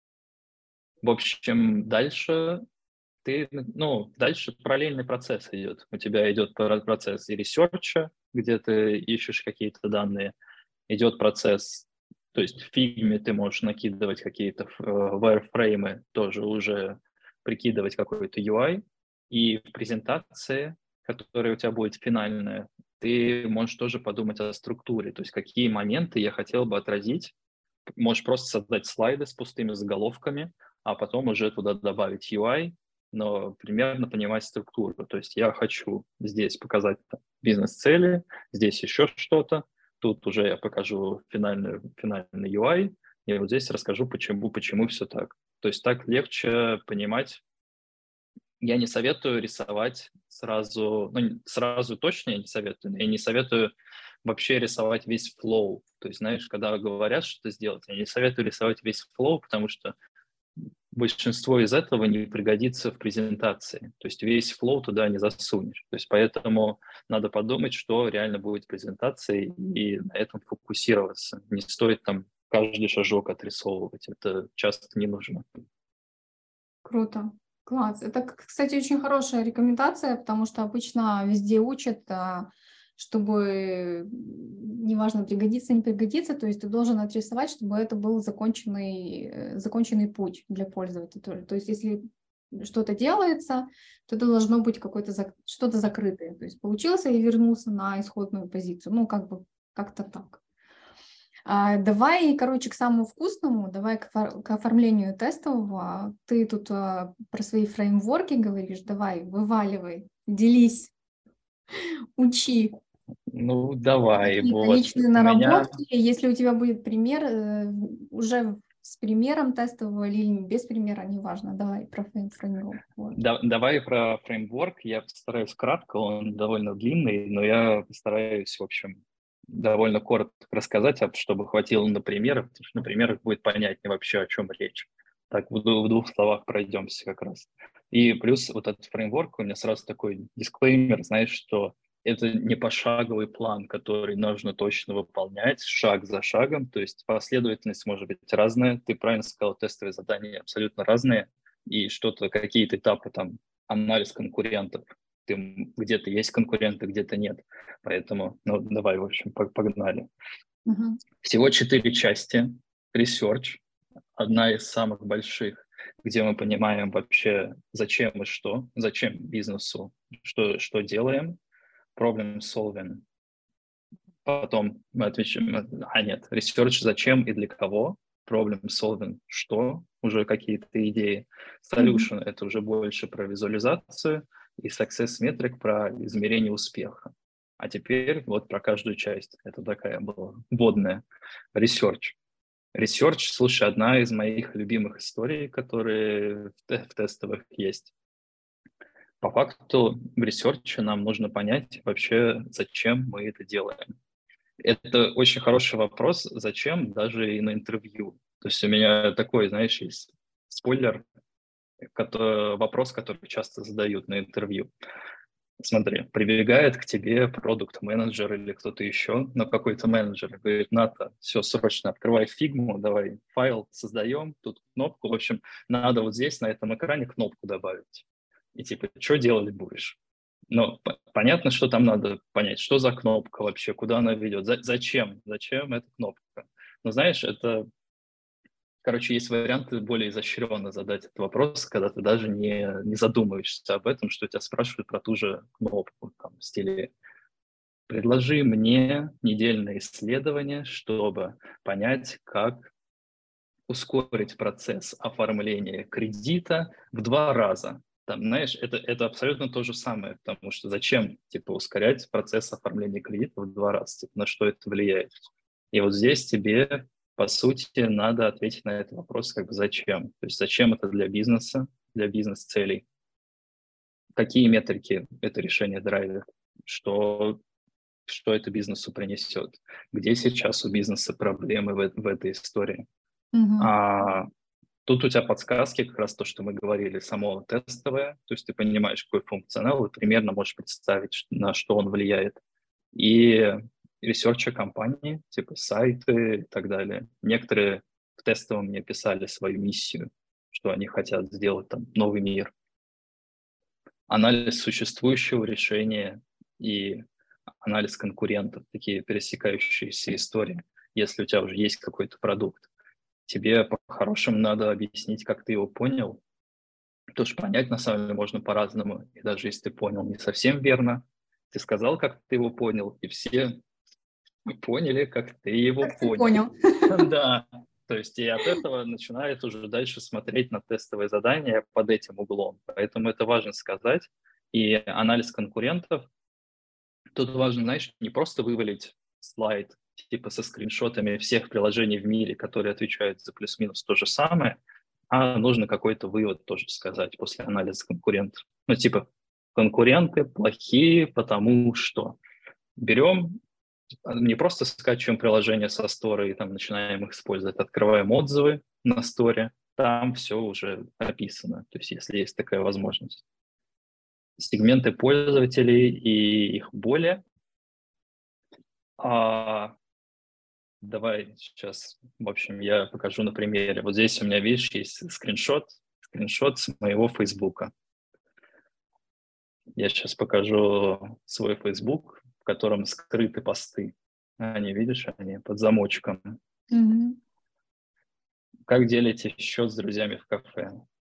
в общем, дальше ты, ну, дальше параллельный процесс идет. У тебя идет процесс и ресерча, где ты ищешь какие-то данные, идет процесс, то есть в фигме ты можешь накидывать какие-то wireframe, тоже уже прикидывать какой-то ю ай, и в презентации, которая у тебя будет финальная, ты можешь тоже подумать о структуре, то есть какие моменты я хотел бы отразить. Можешь просто создать слайды с пустыми заголовками, а потом уже туда добавить ю ай, но примерно понимать структуру. То есть я хочу здесь показать бизнес-цели, здесь еще что-то, тут уже я покажу финальный, финальный ю ай, и вот здесь расскажу, почему, почему все так. То есть так легче понимать. Я не советую рисовать сразу, ну, сразу точно я не советую, я не советую вообще рисовать весь флоу. То есть, знаешь, когда говорят что-то сделать, я не советую рисовать весь флоу, потому что большинство из этого не пригодится в презентации. То есть весь флоу туда не засунешь. То есть поэтому надо подумать, что реально будет в презентации, и на этом фокусироваться. Не стоит там каждый шажок отрисовывать. Это часто не нужно. Круто. Класс. Это, кстати, очень хорошая рекомендация, потому что обычно везде учат, а, чтобы неважно, пригодится, не пригодится, то есть ты должен отрисовать, чтобы это был законченный, э, законченный путь для пользователя. То есть если что-то делается, то это должно быть какое-то зак- что-то закрытое. То есть получился и вернулся на исходную позицию. Ну, как бы как-то так. А, давай, короче, к самому вкусному, давай к, фор- к оформлению тестового. Ты тут а, про свои фреймворки говоришь, давай, вываливай, делись, учи. Ну, давай, Какие-то вот. личные У меня, наработки, если у тебя будет пример, э, уже с примером тестового или без примера, неважно, давай про фрейм- фреймворк. Вот. да, давай про фреймворк. Я постараюсь кратко, он довольно длинный, но я постараюсь, в общем, довольно коротко рассказать, а чтобы хватило на примерах, потому что на примерах будет понятнее вообще, о чем речь. Так, в, ду- в двух словах пройдемся как раз. И плюс вот этот фреймворк, у меня сразу такой дисклеймер, знаешь, что это не пошаговый план, который нужно точно выполнять шаг за шагом, то есть последовательность может быть разная. Ты правильно сказал, тестовые задания абсолютно разные, и что-то, какие-то этапы, там, анализ конкурентов, ты, где-то есть конкуренты, где-то нет. Поэтому, ну, давай, в общем, погнали. Мгм. Всего четыре части. Research, одна из самых больших, где мы понимаем вообще, зачем и что, зачем бизнесу, что, что делаем. Problem solving. Потом мы отвечаем, а нет, research зачем и для кого. Problem solving что, уже какие-то идеи. Мгм. Solution это уже больше про визуализацию, и success metric про измерение успеха. А теперь вот про каждую часть. Это такая была вводная. Research. Research, слушай, одна из моих любимых историй, которые в, те- в тестовых есть. По факту в ресерче нам нужно понять вообще, зачем мы это делаем. Это очень хороший вопрос, зачем, даже и на интервью. То есть у меня такой, знаешь, есть спойлер, который, вопрос, который часто задают на интервью. Смотри, прибегает к тебе продукт-менеджер или кто-то еще, но какой-то менеджер, и говорит, Ната, все, срочно открывай фигму, давай файл создаем, тут кнопку, в общем, надо вот здесь на этом экране кнопку добавить. И типа, что делать будешь? Но по- понятно, что там надо понять, что за кнопка вообще, куда она ведет, за- зачем, зачем эта кнопка. Но знаешь, это, короче, есть варианты более изощренно задать этот вопрос, когда ты даже не, не задумываешься об этом, что тебя спрашивают про ту же кнопку, там, в стиле «предложи мне недельное исследование, чтобы понять, как ускорить процесс оформления кредита в два раза». Там, знаешь, это, это абсолютно то же самое, потому что зачем, типа, ускорять процесс оформления кредита в два раза, типа, на что это влияет? И вот здесь тебе, по сути, надо ответить на этот вопрос, как бы, зачем? То есть зачем это для бизнеса, для бизнес-целей? Какие метрики это решение драйвит? Что, что это бизнесу принесет? Где сейчас у бизнеса проблемы в, в этой истории? Мгм. А, Тут у тебя подсказки, как раз то, что мы говорили, само тестовое, то есть ты понимаешь, какой функционал, и примерно можешь представить, на что он влияет. И ресерча компании, типа сайты и так далее. Некоторые в тестовом мне писали свою миссию, что они хотят сделать там новый мир. Анализ существующего решения и анализ конкурентов, такие пересекающиеся истории, если у тебя уже есть какой-то продукт. Тебе по-хорошему надо объяснить, как ты его понял, потому что понять на самом деле можно по-разному. И даже если ты понял не совсем верно, ты сказал, как ты его понял, и все поняли, как ты его Как ты понял. понял? Да, то есть и от этого начинает уже дальше смотреть на тестовые задания под этим углом. Поэтому это важно сказать. И анализ конкурентов, тут важно, знаешь, не просто вывалить слайд типа со скриншотами всех приложений в мире, которые отвечают за плюс-минус то же самое, а нужно какой-то вывод тоже сказать после анализа конкурентов. Ну, типа, конкуренты плохие, потому что берем Не просто скачиваем приложение со стора и там начинаем их использовать, открываем отзывы на сторе, там все уже описано, то есть если есть такая возможность. Сегменты пользователей и их боли. А, давай сейчас, в общем, я покажу на примере. Вот здесь у меня, видишь, есть скриншот, скриншот с моего Фейсбука. Я сейчас покажу свой Facebook, в котором скрыты посты. Они, видишь, они под замочком. Mm-hmm. Как делите счет с друзьями в кафе?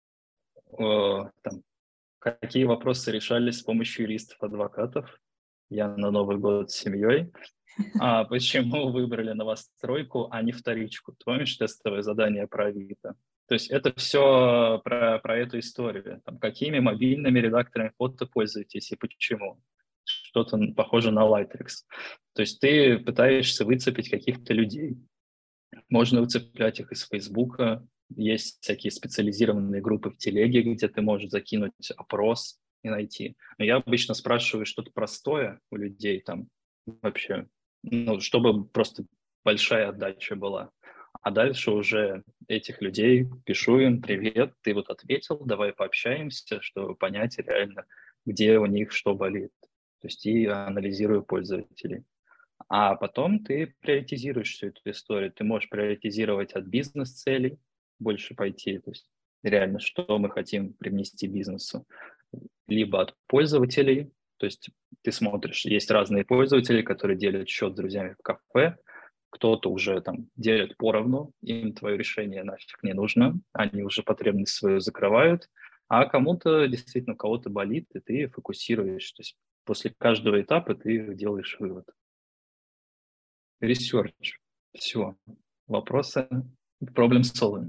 О, там, какие вопросы решались с помощью юристов, адвокатов? Я на Новый год с семьей. А почему выбрали новостройку, а не вторичку? Ты помнишь тестовое задание про Авито? То есть это все про, про эту историю. Там, какими мобильными редакторами фото пользуетесь и почему? Что-то похоже на Lightricks. То есть ты пытаешься выцепить каких-то людей. Можно выцеплять их из Фейсбука. Есть всякие специализированные группы в телеге, где ты можешь закинуть опрос и найти. Но я обычно спрашиваю что-то простое у людей там вообще, ну, чтобы просто большая отдача была. А дальше уже этих людей пишу им: привет, ты вот ответил, давай пообщаемся, чтобы понять реально, где у них что болит. То есть и анализирую пользователей. А потом ты приоритизируешь всю эту историю. Ты можешь приоритизировать от бизнес-целей, больше пойти, то есть реально, что мы хотим привнести бизнесу, либо от пользователей, то есть ты смотришь, есть разные пользователи, которые делят счет с друзьями в кафе, кто-то уже там делит поровну, им твое решение нафиг не нужно, они уже потребность свою закрывают, а кому-то действительно, у кого-то болит, и ты фокусируешь, то есть после каждого этапа ты делаешь вывод. Research. Все. Вопросы? Problem solving.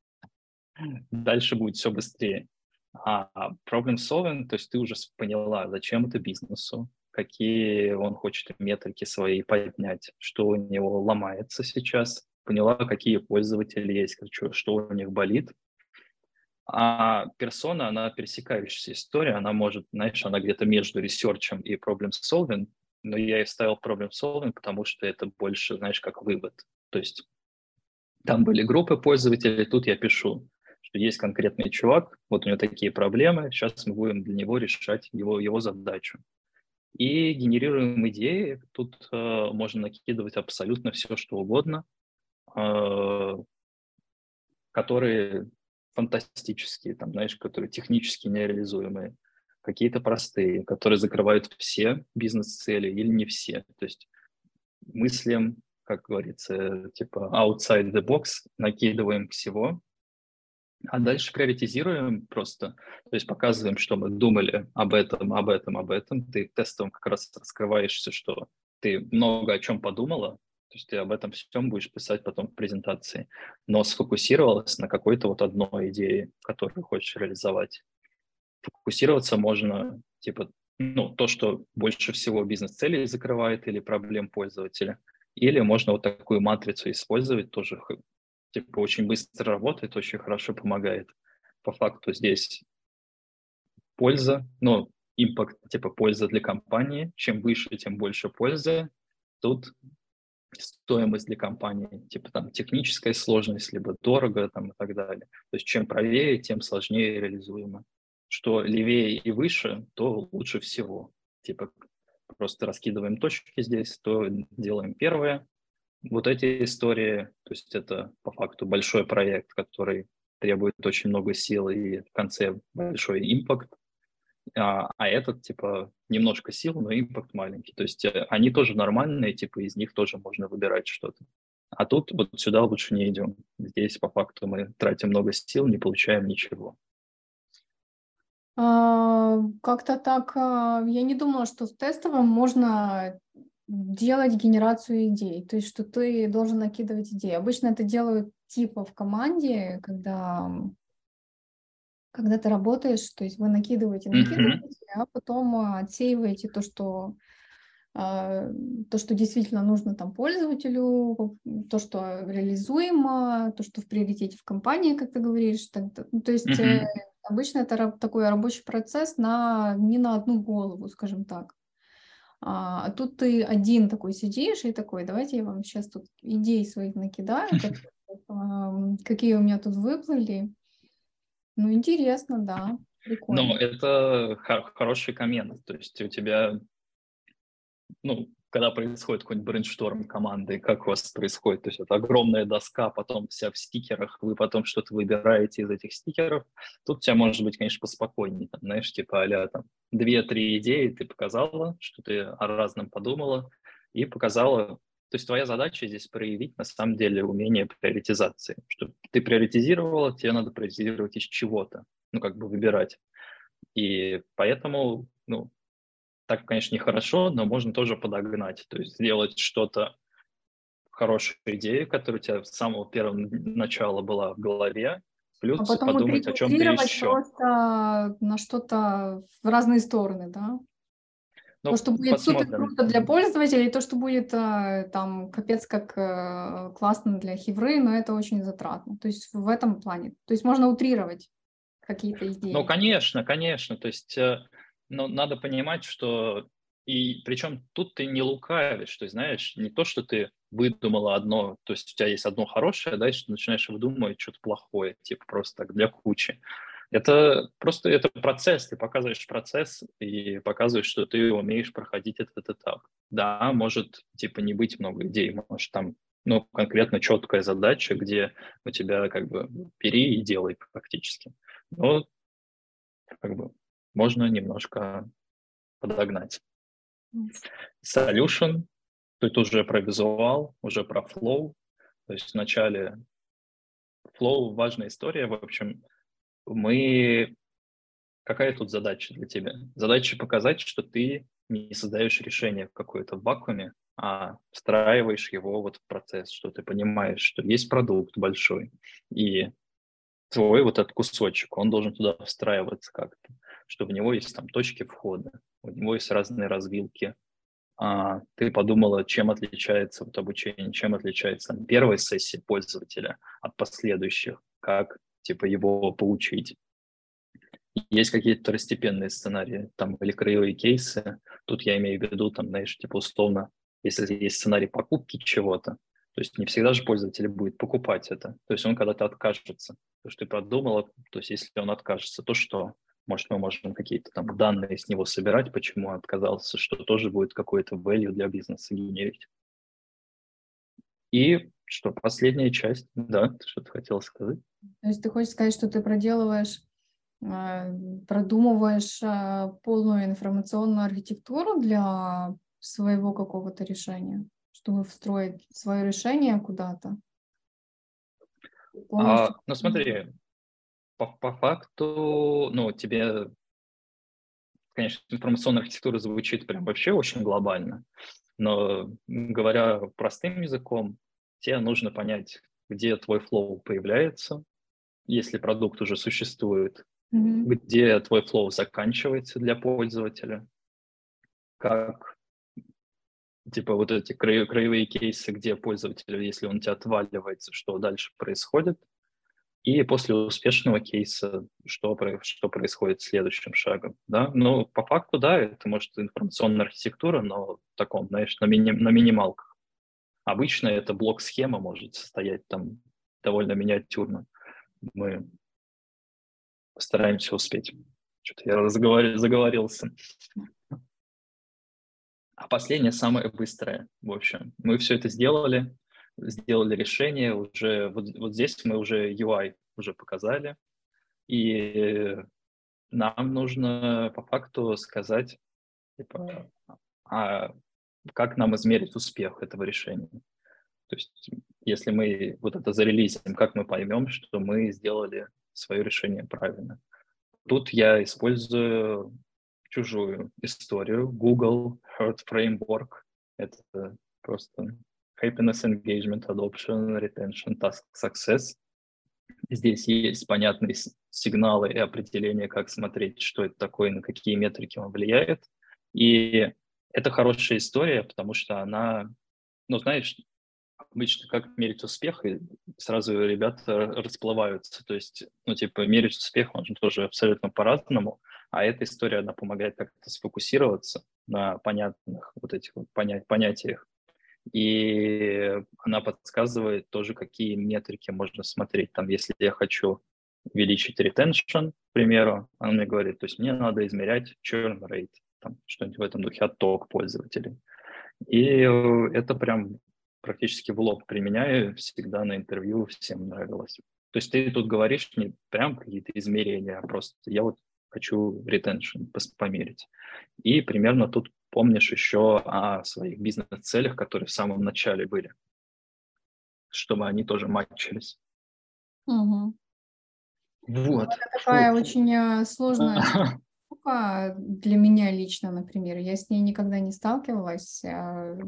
Дальше будет все быстрее. А problem solving, то есть ты уже поняла, зачем это бизнесу, какие он хочет метрики свои поднять, что у него ломается сейчас, поняла, какие пользователи есть, что у них болит. А персона, она пересекающаяся история, она может, знаешь, она где-то между ресерчем и problem solving, но я и вставил problem solving, потому что это больше, знаешь, как вывод. То есть там были группы пользователей, тут я пишу, что есть конкретный чувак, вот у него такие проблемы, сейчас мы будем для него решать его, его задачу. И генерируем идеи, тут э, можно накидывать абсолютно все, что угодно, э, которые фантастические, там, знаешь, которые технически нереализуемые, какие-то простые, которые закрывают все бизнес-цели или не все. То есть мыслим, как говорится, типа outside the box, накидываем всего, а дальше приоритизируем просто, то есть показываем, что мы думали об этом, об этом, об этом. Ты тестом как раз раскрываешься, что ты много о чем подумала, то есть ты об этом всем будешь писать потом в презентации, но сфокусировалась на какой-то вот одной идее, которую хочешь реализовать. Фокусироваться можно, типа, ну, то, что больше всего бизнес-целей закрывает или проблем пользователя, или можно вот такую матрицу использовать, тоже типа очень быстро работает, очень хорошо помогает. По факту здесь польза, ну, импакт, типа польза для компании. Чем выше, тем больше пользы. Тут стоимость для компании, типа там техническая сложность, либо дорого там и так далее. То есть чем правее, тем сложнее реализуемо. Что левее и выше, то лучше всего. Типа просто раскидываем точки здесь, то делаем первое. Вот эти истории, то есть это по факту большой проект, который требует очень много сил и в конце большой импакт, а, а этот типа немножко сил, но импакт маленький. То есть э, они тоже нормальные, типа из них тоже можно выбирать что-то. А тут вот сюда лучше не идем. Здесь по факту мы тратим много сил, не получаем ничего. А, как-то так, а, я не думала, что в тестовом можно делать генерацию идей, то есть что ты должен накидывать идеи. Обычно это делают типа в команде, когда, когда ты работаешь, то есть вы накидываете, накидываете, mm-hmm. а потом отсеиваете то, что то, что действительно нужно там пользователю, то, что реализуемо, то, что в приоритете в компании, как ты говоришь. Так, ну, то есть mm-hmm. обычно это такой рабочий процесс на, не на одну голову, скажем так. А тут ты один такой сидишь и такой, давайте я вам сейчас тут идей своих накидаю, как, ам, какие у меня тут выплыли. Ну, интересно, да, Но прикольно. это хо- хороший коммент. То есть у тебя, ну, когда происходит какой-нибудь брейншторм команды, как у вас происходит? То есть это огромная доска, потом вся в стикерах, вы потом что-то выбираете из этих стикеров. Тут у тебя может быть, конечно, поспокойнее. Там, знаешь, типа а там две-три идеи ты показала, что ты о разном подумала и показала. То есть твоя задача здесь проявить, на самом деле, умение приоритизации. Что ты приоритизировала, тебе надо приоритизировать из чего-то, ну, как бы выбирать. И поэтому, ну, так, конечно, нехорошо, но можно тоже подогнать, то есть сделать что-то, хорошую идею, которая у тебя с самого первого начала была в голове, А плюс потом подумать утри- о чем-то утрировать еще. просто на что-то в разные стороны, да? То, Ну, что будет супер посмотрим. круто для пользователей, то, что будет э, там капец как э, классно для хевры, но это очень затратно. То есть в этом плане. То есть можно утрировать какие-то Ну, идеи. конечно, конечно, то есть, э, но надо понимать, что и причем тут ты не лукавишь, то есть, знаешь, не то, что ты выдумала одно, то есть у тебя есть одно хорошее, да, и что ты начинаешь выдумывать что-то плохое, типа просто так для кучи. Это просто это процесс, ты показываешь процесс и показываешь, что ты умеешь проходить этот этап. Да, может, типа, не быть много идей, может, там, ну, конкретно четкая задача, где у тебя как бы бери и делай практически. Но как бы можно немножко подогнать. М. Solution, тут уже про визуал, уже про flow. То есть вначале flow – важная история. В общем, мы... Какая тут задача для тебя? Задача показать, что ты не создаешь решение в какое-то вакууме, а встраиваешь его вот в процесс, что ты понимаешь, что есть продукт большой, и твой вот этот кусочек, он должен туда встраиваться как-то, что в него есть там точки входа, у него есть разные развилки. А ты подумала, чем отличается вот обучение, чем отличается там, первая сессия пользователя от последующих, как типа его поучить. Есть какие-то второстепенные сценарии там, или краевые кейсы. Тут я имею в виду, там, знаешь, типа условно, если есть сценарий покупки чего-то, то есть не всегда же пользователь будет покупать это. То есть он когда-то откажется. То, что ты продумала, то есть если он откажется, то что? Может, мы можем какие-то там данные с него собирать, почему он отказался, что тоже будет какой-то value для бизнеса генерить. И что, последняя часть, да, ты что-то хотел сказать? То есть ты хочешь сказать, что ты проделываешь, э, продумываешь э, полную информационную архитектуру для своего какого-то решения, чтобы встроить свое решение куда-то полностью. А, ну смотри, по, по факту, ну, тебе, конечно, информационная архитектура звучит прям вообще очень глобально, но говоря простым языком, тебе нужно понять, где твой флоу появляется, если продукт уже существует, Мгм. где твой флоу заканчивается для пользователя, как типа вот эти краю- краевые кейсы, где пользователь, если он у тебя отваливается, что дальше происходит, и после успешного кейса, что, про- что происходит следующим шагом, да? Ну, по факту, да, это может информационная архитектура, но в таком, знаешь, на, мини- на минималках. Обычно это блок-схема может состоять там довольно миниатюрно. Мы постараемся успеть. Что-то я разговор- заговорился. А последнее самое быстрое. В общем, мы все это сделали, сделали решение, уже вот, вот здесь мы уже ю ай уже показали, и нам нужно по факту сказать, типа, а как нам измерить успех этого решения. То есть если мы вот это зарелизим, как мы поймем, что мы сделали свое решение правильно. Тут я использую чужую историю. Google Heart Framework. Это просто Happiness, Engagement, Adoption, Retention, Task Success. Здесь есть понятные сигналы и определения, как смотреть, что это такое, на какие метрики он влияет. И это хорошая история, потому что она, ну, знаешь, обычно как мерить успех, и сразу ребята расплываются. То есть, ну, типа, мерить успех можно тоже абсолютно по-разному. А эта история, она помогает как-то сфокусироваться на понятных вот этих вот понять, понятиях. И она подсказывает тоже, какие метрики можно смотреть. Там, если я хочу увеличить retention, к примеру, она мне говорит, то есть мне надо измерять churn rate, там, что-нибудь в этом духе, отток пользователей. И это прям практически в лоб применяю, всегда на интервью, всем нравилось. То есть ты тут говоришь не прям какие-то измерения, а просто я вот хочу retention померить. И примерно тут помнишь еще о своих бизнес-целях, которые в самом начале были, чтобы они тоже матчились. Угу. Вот. Это такая Фу. очень э, сложная штука для меня лично, например. Я с ней никогда не сталкивалась. Э,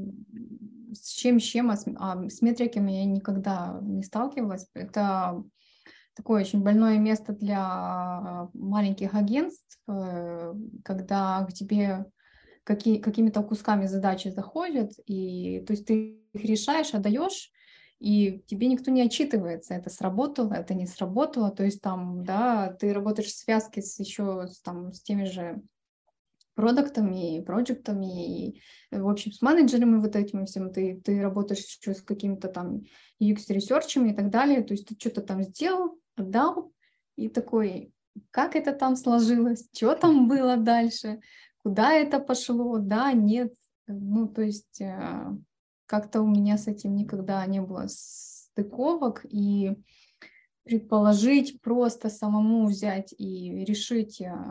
с чем, с чем, а с, а с метриками я никогда не сталкивалась. Это такое очень больное место для маленьких агентств, э, когда к тебе какие, какими-то кусками задачи заходят, и то есть ты их решаешь, отдаешь, и тебе никто не отчитывается, это сработало, это не сработало, то есть там, да, ты работаешь в связке с еще с, там, с теми же продуктами, проектами, и, в общем, с менеджерами вот этим всем, ты, ты работаешь еще с какими-то там ю экс-ресерчами и так далее, то есть ты что-то там сделал, отдал, и такой, как это там сложилось, что там было дальше, куда это пошло, да, нет, ну, то есть э, как-то у меня с этим никогда не было стыковок, и предположить, просто самому взять и решить, э,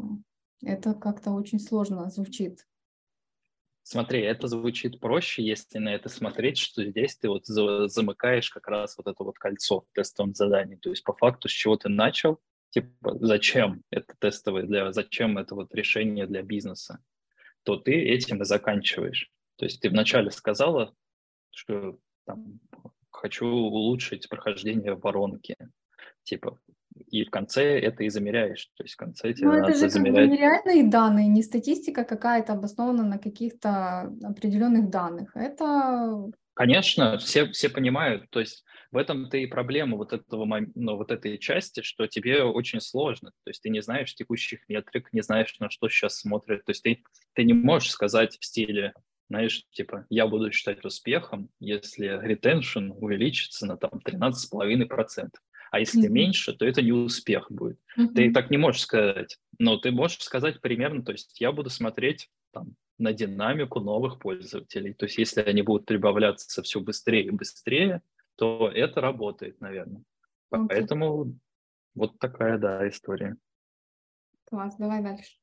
это как-то очень сложно звучит. Смотри, это звучит проще, если на это смотреть, что здесь ты вот замыкаешь как раз вот это вот кольцо в тестовом задании. То есть по факту, с чего ты начал, типа, зачем это тестовое, для, зачем это вот решение для бизнеса, то ты этим и заканчиваешь. То есть ты вначале сказала, что там, хочу улучшить прохождение воронки, типа, и в конце это и замеряешь. То есть в конце тебе Ну, это надо же как бы замерять. нереальные данные, не статистика какая-то основана на каких-то определенных данных. Это... Конечно, все, все понимают, то есть в этом-то и проблема вот, этого, ну, вот этой части, что тебе очень сложно, то есть ты не знаешь текущих метрик, не знаешь, на что сейчас смотрят, то есть ты, ты не можешь сказать в стиле, знаешь, типа, я буду считать успехом, если retention увеличится на там тринадцать целых пять десятых процента, а если mm-hmm. меньше, то это не успех будет. Mm-hmm. Ты так не можешь сказать, но ты можешь сказать примерно, то есть я буду смотреть там на динамику новых пользователей. То есть если они будут прибавляться все быстрее и быстрее, то это работает, наверное. Okay. Поэтому вот такая, да, история. Класс, давай дальше.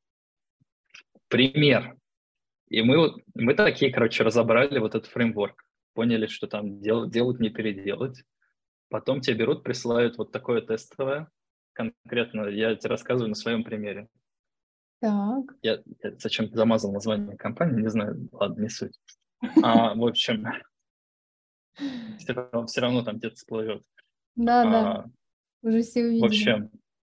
Пример. И мы, мы такие, короче, разобрали вот этот фреймворк. Поняли, что там дел, делать, не переделать. Потом тебе берут, присылают вот такое тестовое. Конкретно я тебе рассказываю на своем примере. Так. Я, я зачем-то замазал название компании, не знаю, ладно, не суть. А, в общем, все равно, все равно там где-то всплывет. Да, а, да, уже все увидели. В общем,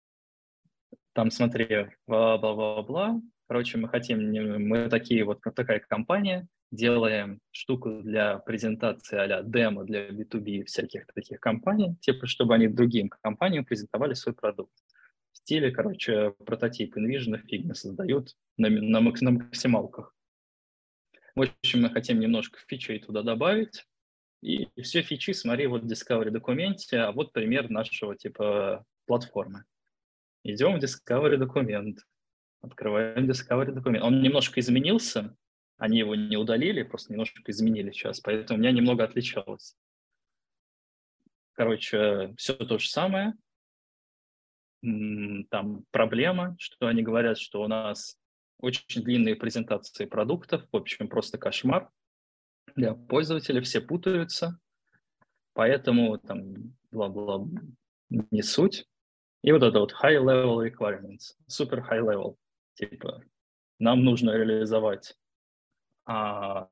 там смотри, бла-бла-бла-бла. Короче, мы хотим, мы такие вот, такая компания, делаем штуку для презентации а-ля демо для би ту би всяких таких компаний, типа, чтобы они другим компаниям презентовали свой продукт. В стиле, короче, прототип InVision и Figma создают на, на, на максималках. В общем, мы хотим немножко фичей туда добавить, и все фичи, смотри, вот в Discovery документе, а вот пример нашего типа платформы. Идем в Discovery документ, открываем Discovery документ. Он немножко изменился, они его не удалили, просто немножко изменили сейчас, поэтому у меня немного отличалось. Короче, все то же самое. Там проблема, что они говорят, что у нас очень длинные презентации продуктов, в общем, просто кошмар для пользователя, все путаются, поэтому там бла-бла не суть. И вот это вот high-level requirements, super high-level, типа нам нужно реализовать а,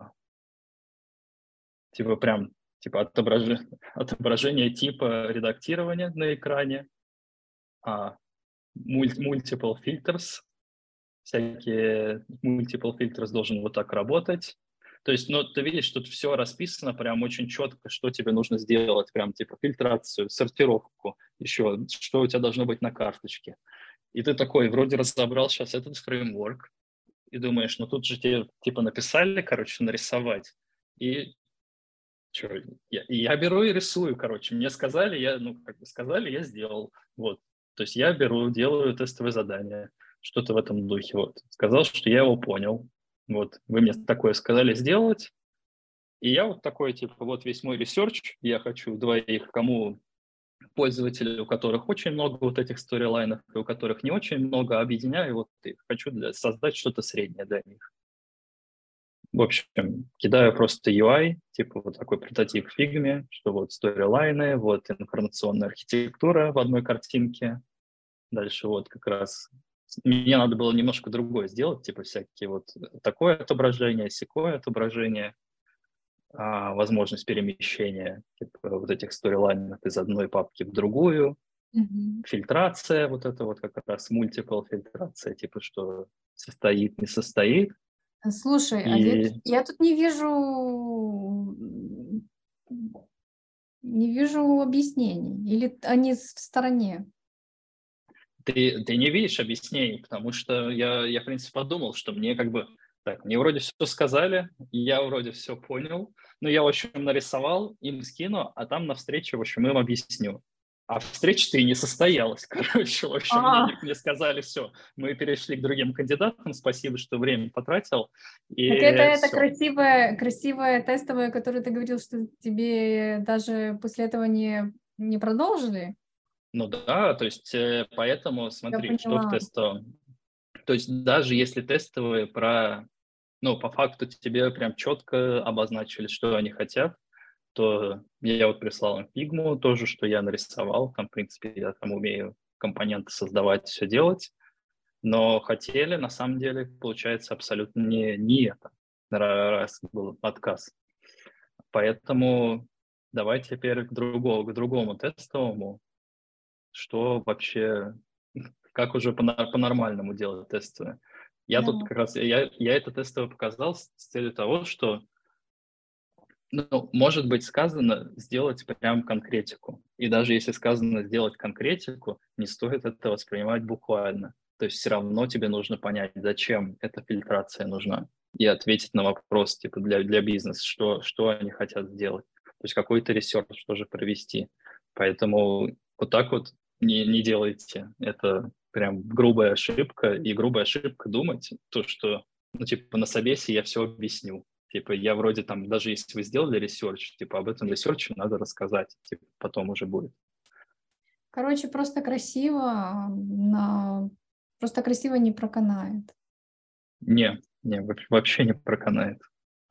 типа прям типа отображение, отображение типа редактирования на экране, а, multiple filters, всякие multiple filters должен вот так работать. То есть, ну, ты видишь, тут все расписано прям очень четко, что тебе нужно сделать, прям типа фильтрацию, сортировку, еще, что у тебя должно быть на карточке. И ты такой, вроде разобрал сейчас этот фреймворк, и думаешь, ну тут же тебе типа написали, короче, нарисовать. И что, я, и я беру и рисую, короче. Мне сказали, я, ну, как бы сказали, я сделал. Вот. То есть я беру, делаю тестовое задание, что-то в этом духе. Вот. Сказал, что я его понял. Вот. Вы мне такое сказали сделать. И я вот такой, типа, вот весь мой ресерч, я хочу двоих, кому пользователей, у которых очень много вот этих сторилайнов, и у которых не очень много, объединяю вот их. Хочу для, создать что-то среднее для них. В общем, кидаю просто ю ай, типа вот такой прототип в фигме, что вот сторилайны, вот информационная архитектура в одной картинке. Дальше вот как раз мне надо было немножко другое сделать, типа всякие вот такое отображение, сякое отображение, а, возможность перемещения типа, вот этих сторилайнов из одной папки в другую, Мгм. фильтрация, вот это вот как раз multiple фильтрация, типа что состоит, не состоит. Слушай, а я, И я тут не вижу, м, не вижу объяснений. Или они с- в стороне? Ты, ты не видишь объяснений, потому что я, я, в принципе, подумал, что мне как бы, так, мне вроде все сказали, я вроде все понял, но я, в общем, нарисовал, им скину, а там на встрече, в общем, им объясню. А встреча-то и не состоялась, короче, в общем, мне, А, не- мне сказали, все, мы перешли к другим кандидатам, спасибо, что время потратил, так это, и это все. красивое, красивое тестовое, которое ты говорил, что тебе даже после этого не, не продолжили? Ну да, то есть, э, поэтому Я смотри, что в поняла. тестовом. То есть даже если тестовые про ну, по факту тебе прям четко обозначили, что они хотят, то я вот прислал им фигму тоже, что я нарисовал, там, в принципе, я там умею компоненты создавать, все делать, но хотели, на самом деле, получается, абсолютно не, не это, раз был отказ. Поэтому давай теперь к другому, к другому тестовому, что вообще, как уже по- по-нормальному делать тестовые. Я тут Давай. как раз, я, я это тестовое показал с с целью того, что ну, может быть сказано сделать прям конкретику. И даже если сказано сделать конкретику, не стоит это воспринимать буквально. То есть все равно тебе нужно понять, зачем эта фильтрация нужна. И ответить на вопрос типа для, для бизнеса, что, что они хотят сделать. То есть какой-то ресерч тоже провести. Поэтому вот так вот не, не делайте. Это прям грубая ошибка. И грубая ошибка думать, то, что ну, типа на собесе я все объясню. Типа, я вроде там, даже если вы сделали ресерч, типа, об этом ресерче надо рассказать, типа, потом уже будет. Короче, просто красиво, на... просто красиво не проканает. Не, не, вообще вообще не проканает.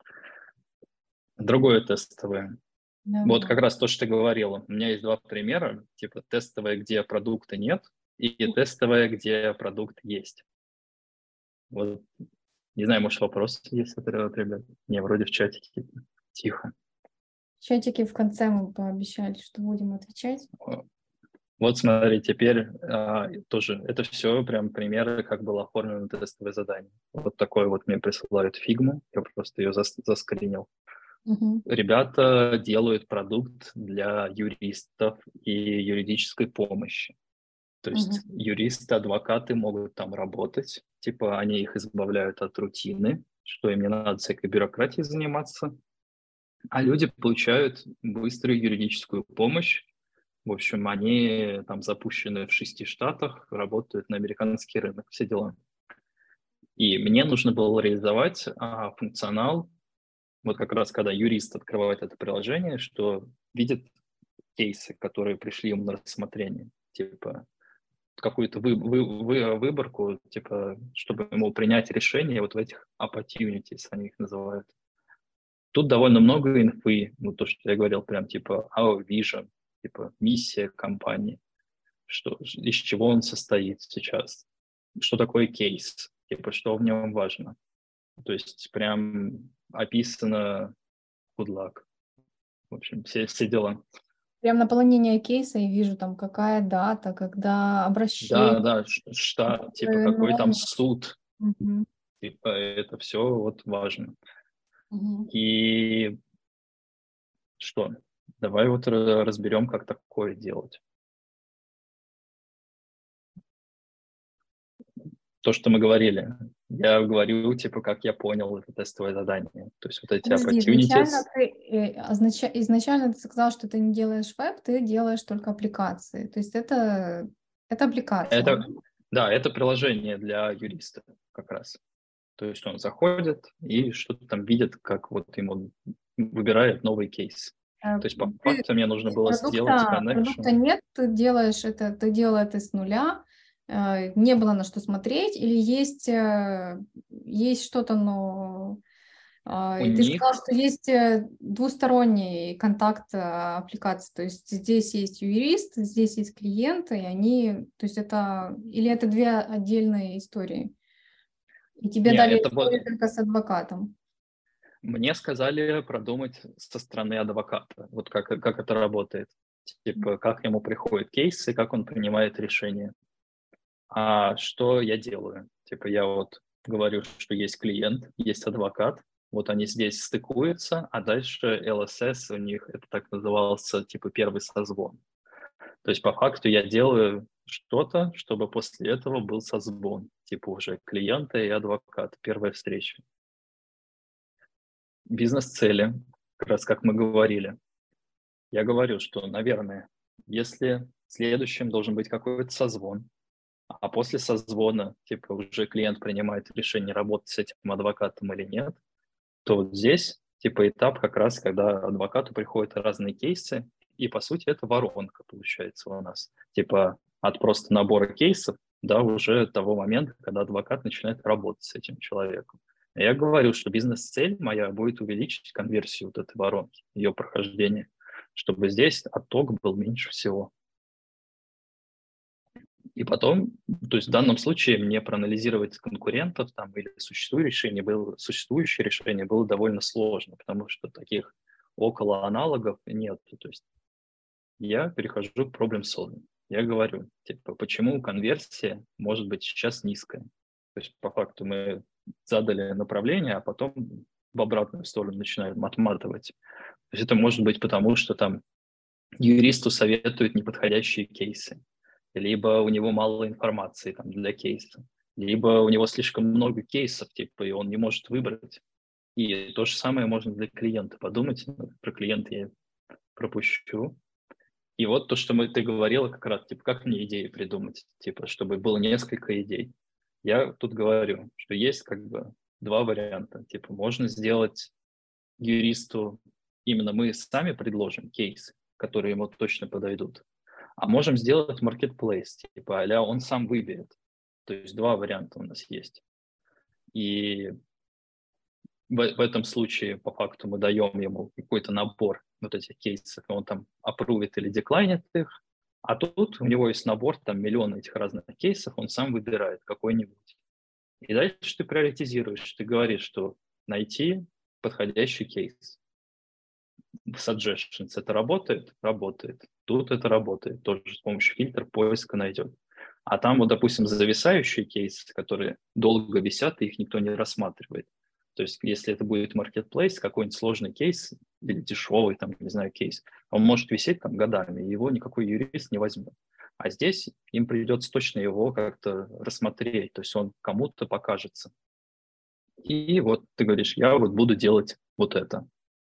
Другое тестовое. Вот Давай. как раз то, что ты говорила. У меня есть два примера, типа, тестовое, где продукта нет, и тестовое, где продукт есть. Вот, не знаю, может, вопрос есть от от ребят? Не, вроде в чатике тихо. В чатике в конце мы пообещали, что будем отвечать. Вот смотри, теперь а, тоже это все прям примеры, как было оформлено тестовое задание. Вот такое вот мне присылают фигму, я просто ее зас, заскринил. Мгм. Ребята делают продукт для юристов и юридической помощи. То есть Мгм. юристы, адвокаты могут там работать, типа они их избавляют от рутины, что им не надо всякой бюрократией заниматься, а люди получают быструю юридическую помощь. В общем, они там запущены в шести штатах, работают на американский рынок, все дела. И мне нужно было реализовать а, функционал, вот как раз когда юрист открывает это приложение, что видит кейсы, которые пришли ему на рассмотрение, типа какую-то вы, вы, вы, выборку, типа, чтобы ему принять решение вот в этих opportunities, они их называют. Тут довольно много инфы, ну то, что я говорил, прям типа our vision, типа миссия компании, что, из чего он состоит сейчас, что такое кейс, типа, что в нем важно. То есть прям описано good luck. В общем, все, все дела. Прям наполнение кейса и вижу там, какая дата, когда обращение, Да, да, ш- штат, типа, какой какой там номер. суд, Мгм. типа, это все вот важно. Мгм. И что? Давай вот ра- разберем, как такое делать. То, что мы говорили. Я говорю, типа, как я понял это тестовое задание. То есть вот эти Подожди, изначально opportunities. ты, э, означ- изначально ты сказал, что ты не делаешь веб, ты делаешь только аппликации. То есть это, это аппликация. Это, да, это приложение для юриста как раз. То есть он заходит и что-то там видит, как вот ему выбирает новый кейс. Э, То есть по Ты, факту мне то нужно есть было сделать продукта, продукта connection. нет, ты делаешь это, ты делал это с нуля, э, не было на что смотреть, или есть, э, есть что-то, но а, У и ты сказал, них, что есть э, двусторонний контакт э, аппликации, то есть здесь есть юрист, здесь есть клиент, и они, то есть это, или это две отдельные истории, и тебе не, дали это вот историю только с адвокатом. мне сказали продумать со стороны адвоката, вот как, как это работает. Типа, как ему приходят кейсы, как он принимает решения. А что я делаю? Типа, я вот говорю, что есть клиент, есть адвокат, вот они здесь стыкуются, а дальше эл эс эс у них, это так назывался, типа, первый созвон. То есть по факту я делаю что-то, чтобы после этого был созвон, типа уже клиента и адвоката, первая встреча. Бизнес-цели, как раз как мы говорили. Я говорю, что, наверное, если следующим должен быть какой-то созвон, а после созвона, типа, уже клиент принимает решение, работать с этим адвокатом или нет, то вот здесь, типа, этап как раз, когда адвокату приходят разные кейсы, и, по сути, это воронка получается у нас. Типа, от просто набора кейсов до уже того момента, когда адвокат начинает работать с этим человеком. И я говорю, что бизнес-цель моя будет увеличить конверсию вот этой воронки, ее прохождение, чтобы здесь отток был меньше всего. И потом, то есть в данном случае мне проанализировать конкурентов там, или существующее решение, было, существующее решение было довольно сложно, потому что таких около аналогов нет. То есть я перехожу к problem solving. Я говорю, типа, почему конверсия может быть сейчас низкая. То есть по факту мы задали направление, а потом в обратную сторону начинаем отматывать. То есть это может быть потому, что там юристу советуют неподходящие кейсы, либо у него мало информации там, для кейса, либо у него слишком много кейсов, типа, и он не может выбрать. И то же самое можно для клиента подумать. Про клиента я пропущу. И вот то, что мы, ты говорила как раз, типа, как мне идеи придумать, типа, чтобы было несколько идей. Я тут говорю, что есть как бы два варианта. Типа, можно сделать юристу, именно мы сами предложим кейсы, которые ему точно подойдут. А можем сделать marketplace, типа а он сам выберет. То есть два варианта у нас есть. И в, в этом случае по факту мы даем ему какой-то набор вот этих кейсов, и он там апрувит или деклайнит их. А тут у него есть набор, там миллион этих разных кейсов, он сам выбирает какой-нибудь. И дальше ты приоритизируешь, ты говоришь, что найти подходящий кейс. В suggestions это работает? Работает. Тут это работает. Тоже с помощью фильтра поиска найдет. А там вот, допустим, зависающие кейсы, которые долго висят, и их никто не рассматривает. То есть если это будет marketplace, какой-нибудь сложный кейс или дешевый, там, не знаю, кейс, он может висеть там годами, и его никакой юрист не возьмет. А здесь им придется точно его как-то рассмотреть, то есть он кому-то покажется. И вот ты говоришь, я вот буду делать вот это.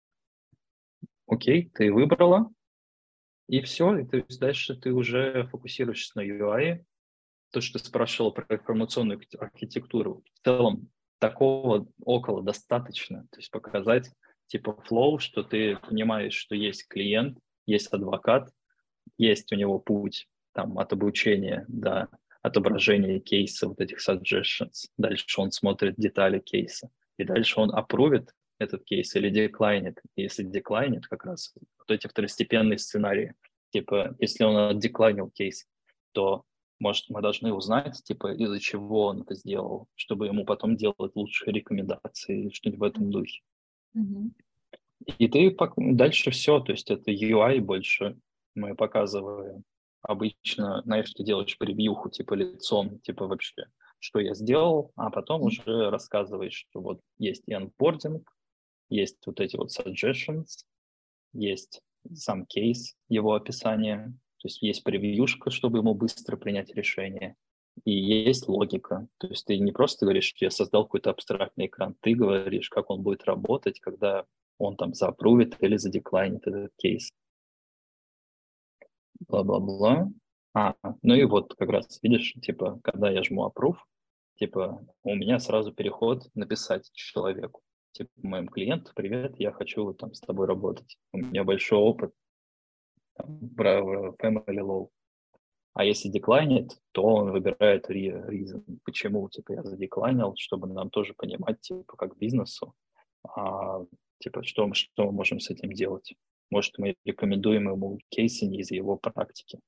Окей, ты выбрала, и все, и то есть дальше ты уже фокусируешься на ю ай. То, что ты спрашивал про информационную архитектуру, в целом такого около достаточно. То есть показать типа flow, что ты понимаешь, что есть клиент, есть адвокат, есть у него путь там, от обучения до отображения кейса, вот этих suggestions. Дальше он смотрит детали кейса. И дальше он апрувит этот кейс или деклайнит. Если деклайнит, как раз вот эти второстепенные сценарии. Типа, если он отдеклайнил кейс, то, может, мы должны узнать, типа, из-за чего он это сделал, чтобы ему потом делать лучшие рекомендации или что-нибудь в этом духе. Мгм. И ты дальше все, то есть это ю ай больше мы показываем. Обычно, знаешь, ты делаешь превьюху, типа лицом, типа вообще, что я сделал, а потом уже рассказываешь, что вот есть и онбординг, есть вот эти вот suggestions, есть сам кейс, его описание, то есть есть превьюшка, чтобы ему быстро принять решение, и есть логика. То есть ты не просто говоришь, я создал какой-то абстрактный экран, ты говоришь, как он будет работать, когда он там заапрувит или задеклайнит этот кейс. Бла-бла-бла. А, ну и вот как раз, видишь, типа, когда я жму approve, типа, у меня сразу переход написать человеку. Типа, моим клиенту, привет, я хочу там с тобой работать. У меня большой опыт там, про family law. А если деклайнит, то он выбирает reason, почему типа я задеклайнил, чтобы нам тоже понимать, типа, как бизнесу, а, типа, что, что мы можем с этим делать. Может, мы рекомендуем ему кейсы не из его практики.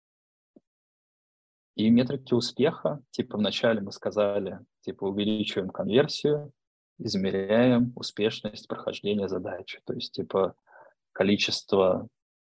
И метрики успеха, типа, вначале мы сказали, типа, увеличиваем конверсию, измеряем успешность прохождения задачи, то есть, типа, количество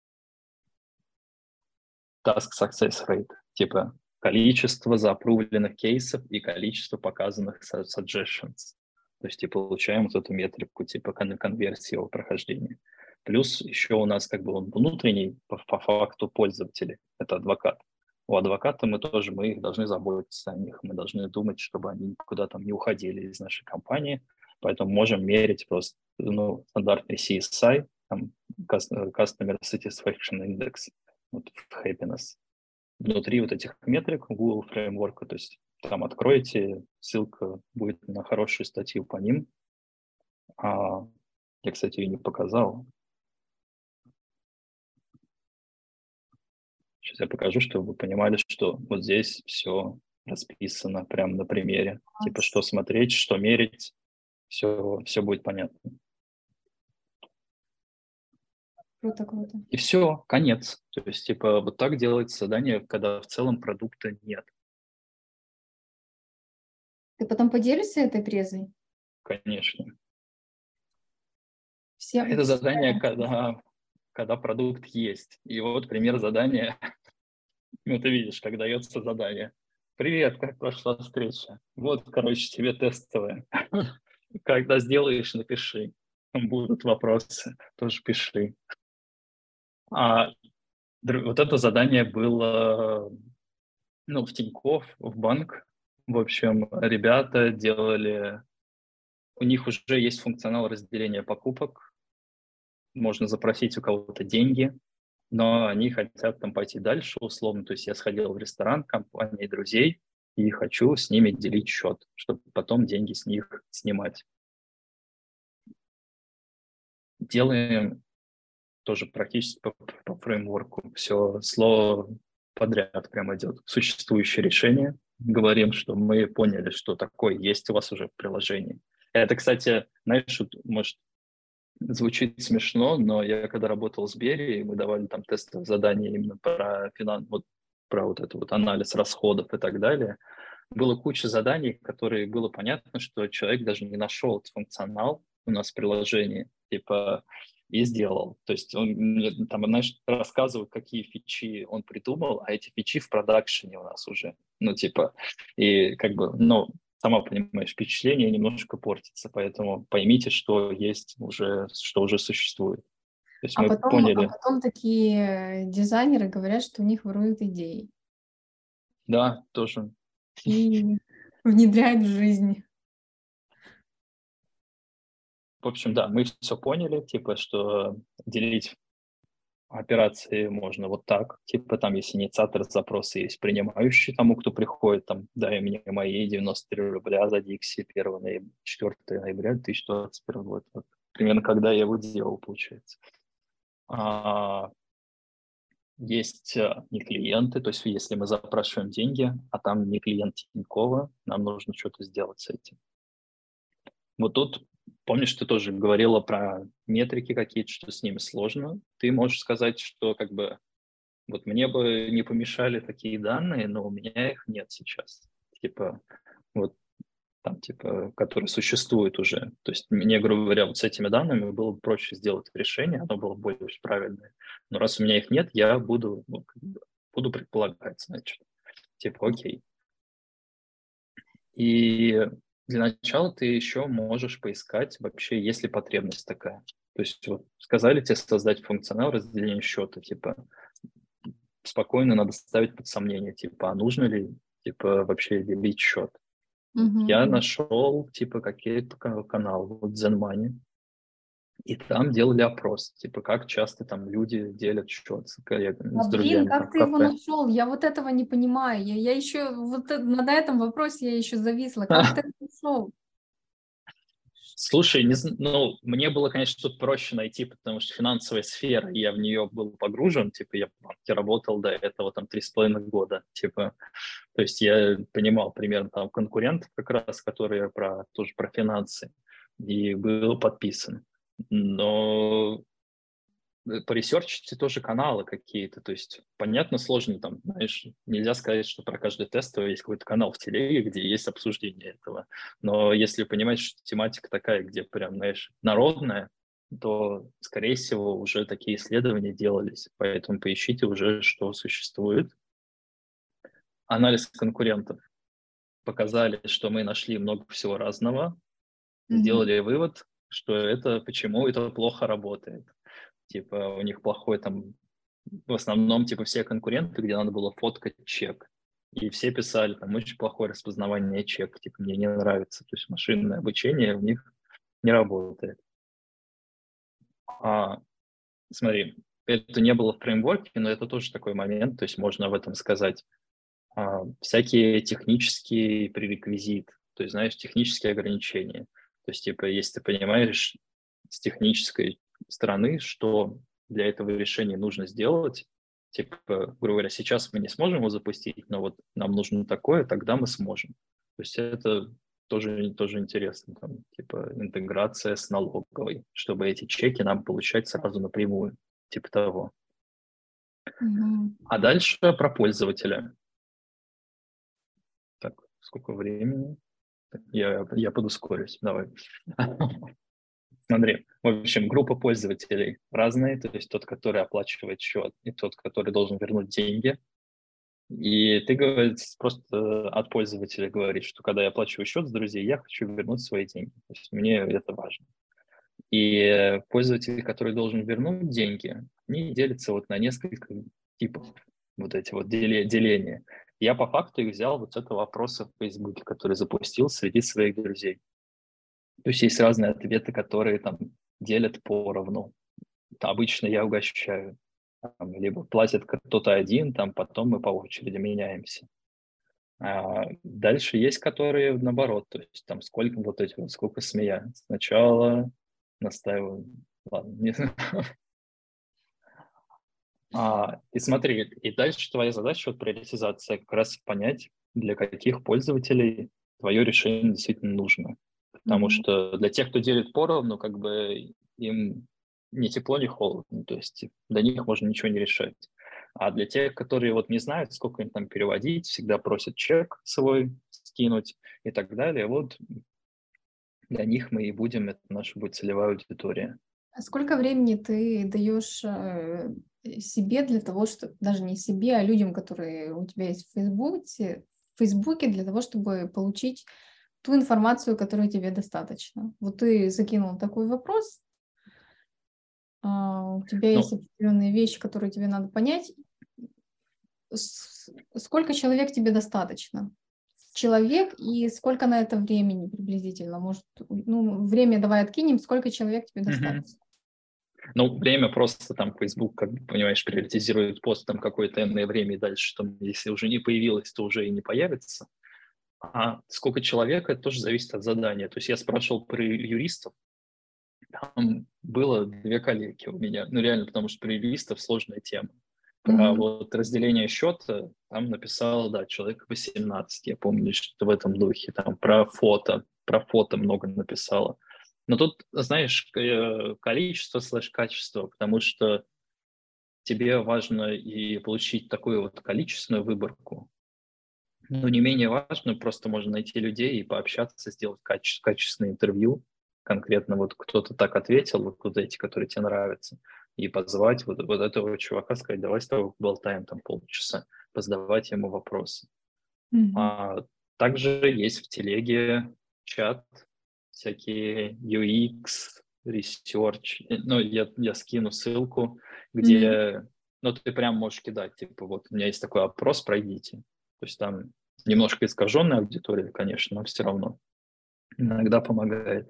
task success rate, типа количество заапрувленных кейсов и количество показанных suggestions. То есть, типа, получаем вот эту метрику, типа, конверсии его прохождения. Плюс еще у нас как бы он внутренний по, по факту пользователей, это адвокат. У адвоката мы тоже, мы их должны заботиться о них, мы должны думать, чтобы они никуда там не уходили из нашей компании, поэтому можем мерить просто, ну, стандартный си эс ай, там, Customer Satisfaction Index, вот, happiness. Внутри вот этих метрик Google фреймворка, то есть там откроете, ссылка будет на хорошую статью по ним. А, я, кстати, ее не показал. Сейчас я покажу, чтобы вы понимали, что вот здесь все расписано прямо на примере. Типа, что смотреть, что мерить, все, все будет понятно. Круто, круто. И все, конец. То есть, типа, вот так делается задание, когда в целом продукта нет. Ты потом поделишься этой презой? Конечно. Все, Это все... задание, когда, когда продукт есть. И вот пример задания. Ну, ты видишь, как дается задание. Привет, как прошла встреча? Вот, короче, тебе тестовое. Когда сделаешь, напиши. Будут вопросы, тоже пиши. А вот это задание было, ну, в Тинькофф, в банк. В общем, ребята делали... У них уже есть функционал разделения покупок. Можно запросить у кого-то деньги, но они хотят там пойти дальше, условно. То есть я сходил в ресторан компании друзей и хочу с ними делить счет, чтобы потом деньги с них снимать. Делаем тоже практически по, по фреймворку. Все слово подряд прямо идет. Существующее решение. Говорим, что мы поняли, что такое есть у вас уже в приложении. Это, кстати, знаешь, может, звучит смешно, но я когда работал в Сбере, мы давали там тестовые задания именно про финанс, вот про вот это вот анализ расходов и так далее. Было куча заданий, которые было понятно, что человек даже не нашел этот функционал у нас в приложении, типа, и сделал. То есть он мне там, знаешь, рассказывает, какие фичи он придумал, а эти фичи в продакшене у нас уже. Ну, типа, и как бы, ну, сама понимаешь, впечатление немножко портится, поэтому поймите, что есть уже, что уже существует. То есть А мы потом, поняли. а потом такие дизайнеры говорят, что у них воруют идеи. Да, тоже. И внедряют в жизнь. В общем, да, мы все поняли, типа, что делить операции можно вот так, типа там есть инициатор запроса, есть принимающий тому, кто приходит, там, дай мне мои девяносто три рубля за Dixie первого ноября, четвёртого ноября две тысячи двадцать первого года. Вот, примерно когда я его делал, получается. А, есть не клиенты, то есть если мы запрашиваем деньги, а там не клиент Тинькова, нам нужно что-то сделать с этим. Вот тут, помнишь, ты тоже говорила про метрики какие-то, что с ними сложно. Ты можешь сказать, что как бы вот мне бы не помешали такие данные, но у меня их нет сейчас. Типа, вот там, типа, которые существуют уже. То есть мне, грубо говоря, вот с этими данными было бы проще сделать решение, оно было более правильное. Но раз у меня их нет, я буду, ну, как бы, буду предполагать, значит. Типа, окей. И для начала ты еще можешь поискать вообще, есть ли потребность такая. То есть вот сказали тебе создать функционал разделения счета, типа спокойно надо ставить под сомнение, типа, а нужно ли типа, вообще делить счет. Мгм. Я нашел, типа, какие-то каналы, вот ZenMoney, и там делали опрос, типа, как часто там люди делят счет с коллегами, А с блин, друзьями там как в ты его кафе. нашел? Я вот этого не понимаю. Я, я еще вот э- на этом вопросе я еще зависла. Как ты это нашел? Слушай, не, зн- ну, мне было, конечно, тут проще найти, потому что финансовая сфера, я в нее был погружен, типа, я в банке работал до этого там три с половиной года, типа, то есть я понимал примерно там конкурентов как раз, которые про, тоже про финансы, и был подписан. Но поресерчите тоже каналы какие-то, то есть, понятно, сложно там, знаешь, нельзя сказать, что про каждый тест есть какой-то канал в телеге, где есть обсуждение этого, но если понимать, что тематика такая, где прям, знаешь, народная, то, скорее всего, уже такие исследования делались, поэтому поищите уже, что существует. Анализ конкурентов показали, что мы нашли много всего разного, Мгм. сделали вывод, что это почему это плохо работает. Типа у них плохой там, в основном, типа все конкуренты, где надо было фоткать чек. И все писали, там очень плохое распознавание чек, типа мне не нравится. То есть машинное обучение у них не работает. А, смотри, это не было в фреймворке, но это тоже такой момент, то есть можно об этом сказать. А, всякие технические пререквизиты, то есть, знаешь, технические ограничения. То есть, типа, если ты понимаешь с технической стороны, что для этого решения нужно сделать, типа, грубо говоря, сейчас мы не сможем его запустить, но вот нам нужно такое, тогда мы сможем. То есть это тоже, тоже интересно, там, типа, интеграция с налоговой, чтобы эти чеки нам получать сразу напрямую, типа того. Мгм. А дальше про пользователя. Так, сколько времени? Так, Я, я подускорюсь, давай. Смотри, в общем, группа пользователей разные, то есть тот, который оплачивает счет, и тот, который должен вернуть деньги. И ты говоришь, просто от пользователя говоришь, что когда я оплачиваю счет с друзей, я хочу вернуть свои деньги. То есть мне это важно. И пользователь, который должен вернуть деньги, они делятся вот на несколько типов, вот эти вот дели- деления. Я по факту их взял вот с этого опроса в Фейсбуке, который запустил среди своих друзей. То есть есть разные ответы, которые там делят поровну. Обычно я угощаю. Там, либо платит кто-то один, там потом мы по очереди меняемся. А дальше есть, которые наоборот, то есть там сколько вот эти вот, сколько с меня. Сначала настаиваю, ладно, не а, и смотри, и дальше твоя задача, вот приоритизация, как раз понять, для каких пользователей твое решение действительно нужно. Потому Мгм. что для тех, кто делит поровну, как бы им ни тепло, ни холодно, то есть для них можно ничего не решать. А для тех, которые вот не знают, сколько им там переводить, всегда просят чек свой скинуть и так далее, вот для них мы и будем, это наша будет целевая аудитория. А сколько времени ты даешь э, себе для того, что даже не себе, а людям, которые у тебя есть в Фейсбуке, в Фейсбуке для того, чтобы получить ту информацию, которой тебе достаточно? Вот ты закинул такой вопрос, а, у тебя есть Ну, определенные вещи, которые тебе надо понять. С- Сколько человек тебе достаточно? Человек и сколько на это времени приблизительно? Может, ну, время давай откинем, сколько человек тебе мгм. достаточно? Ну, время просто там Facebook, как бы, понимаешь, приоритизирует пост там какое-то энное время, и дальше там, если уже не появилось, то уже и не появится. А сколько человек, это тоже зависит от задания. То есть я спрашивал про юристов, там было две коллеги у меня, ну реально, потому что про юристов сложная тема. Про Мгм. вот разделение счета там написал, да, человек восемнадцать, я помню, что в этом духе. Там про фото, про фото много написала. Но тут, знаешь, э, количество слэш качество, потому что тебе важно и получить такую вот количественную выборку, но не менее важно, просто можно найти людей и пообщаться, сделать каче- качественное интервью. Конкретно вот кто-то так ответил, вот, вот эти, которые тебе нравятся, и позвать вот, вот этого чувака, сказать, давай с тобой поболтаем там полчаса, позадавать ему вопросы. Мгм. А также есть в телеге чат, всякие ю экс, research. Э, Ну, я, я скину ссылку, Мгм. где, ну, ты прям можешь кидать, типа, вот у меня есть такой опрос, пройдите. То есть там Немножко искаженная аудитория, конечно, но все равно иногда помогает.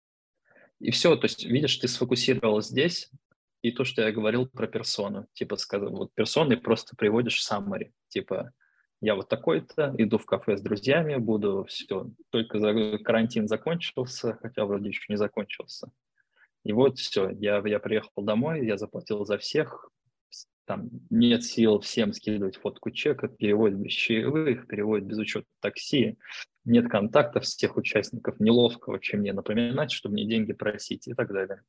И все, то есть, видишь, ты сфокусировал здесь, и то, что я говорил про персону. Типа, сказал, вот персоной просто приводишь summary. Типа, я вот такой-то, иду в кафе с друзьями, буду все, только за, карантин закончился, хотя вроде еще не закончился. И вот все, я, я приехал домой, я заплатил за всех, там нет сил всем скидывать фотку чека, переводят без чаевых, переводят без учета такси, нет контактов всех участников, неловко вообще мне напоминать, чтобы мне деньги просить и так далее.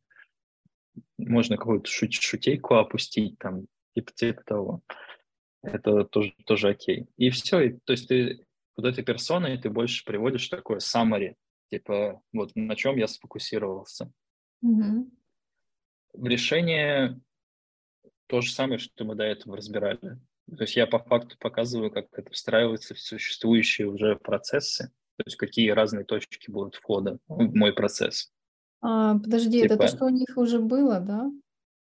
Можно какую-то шут шутейку опустить, там, типа, типа того. Это тоже, тоже окей. И все, и, то есть ты вот этой персоной ты больше приводишь такое summary, типа, вот на чем я сфокусировался. Мгм. В решении то же самое, что мы до этого разбирали. То есть я по факту показываю, как это встраивается в существующие уже процессы, то есть какие разные точки будут входа в мой процесс. А, подожди, это то, Типа, что у них уже было, да?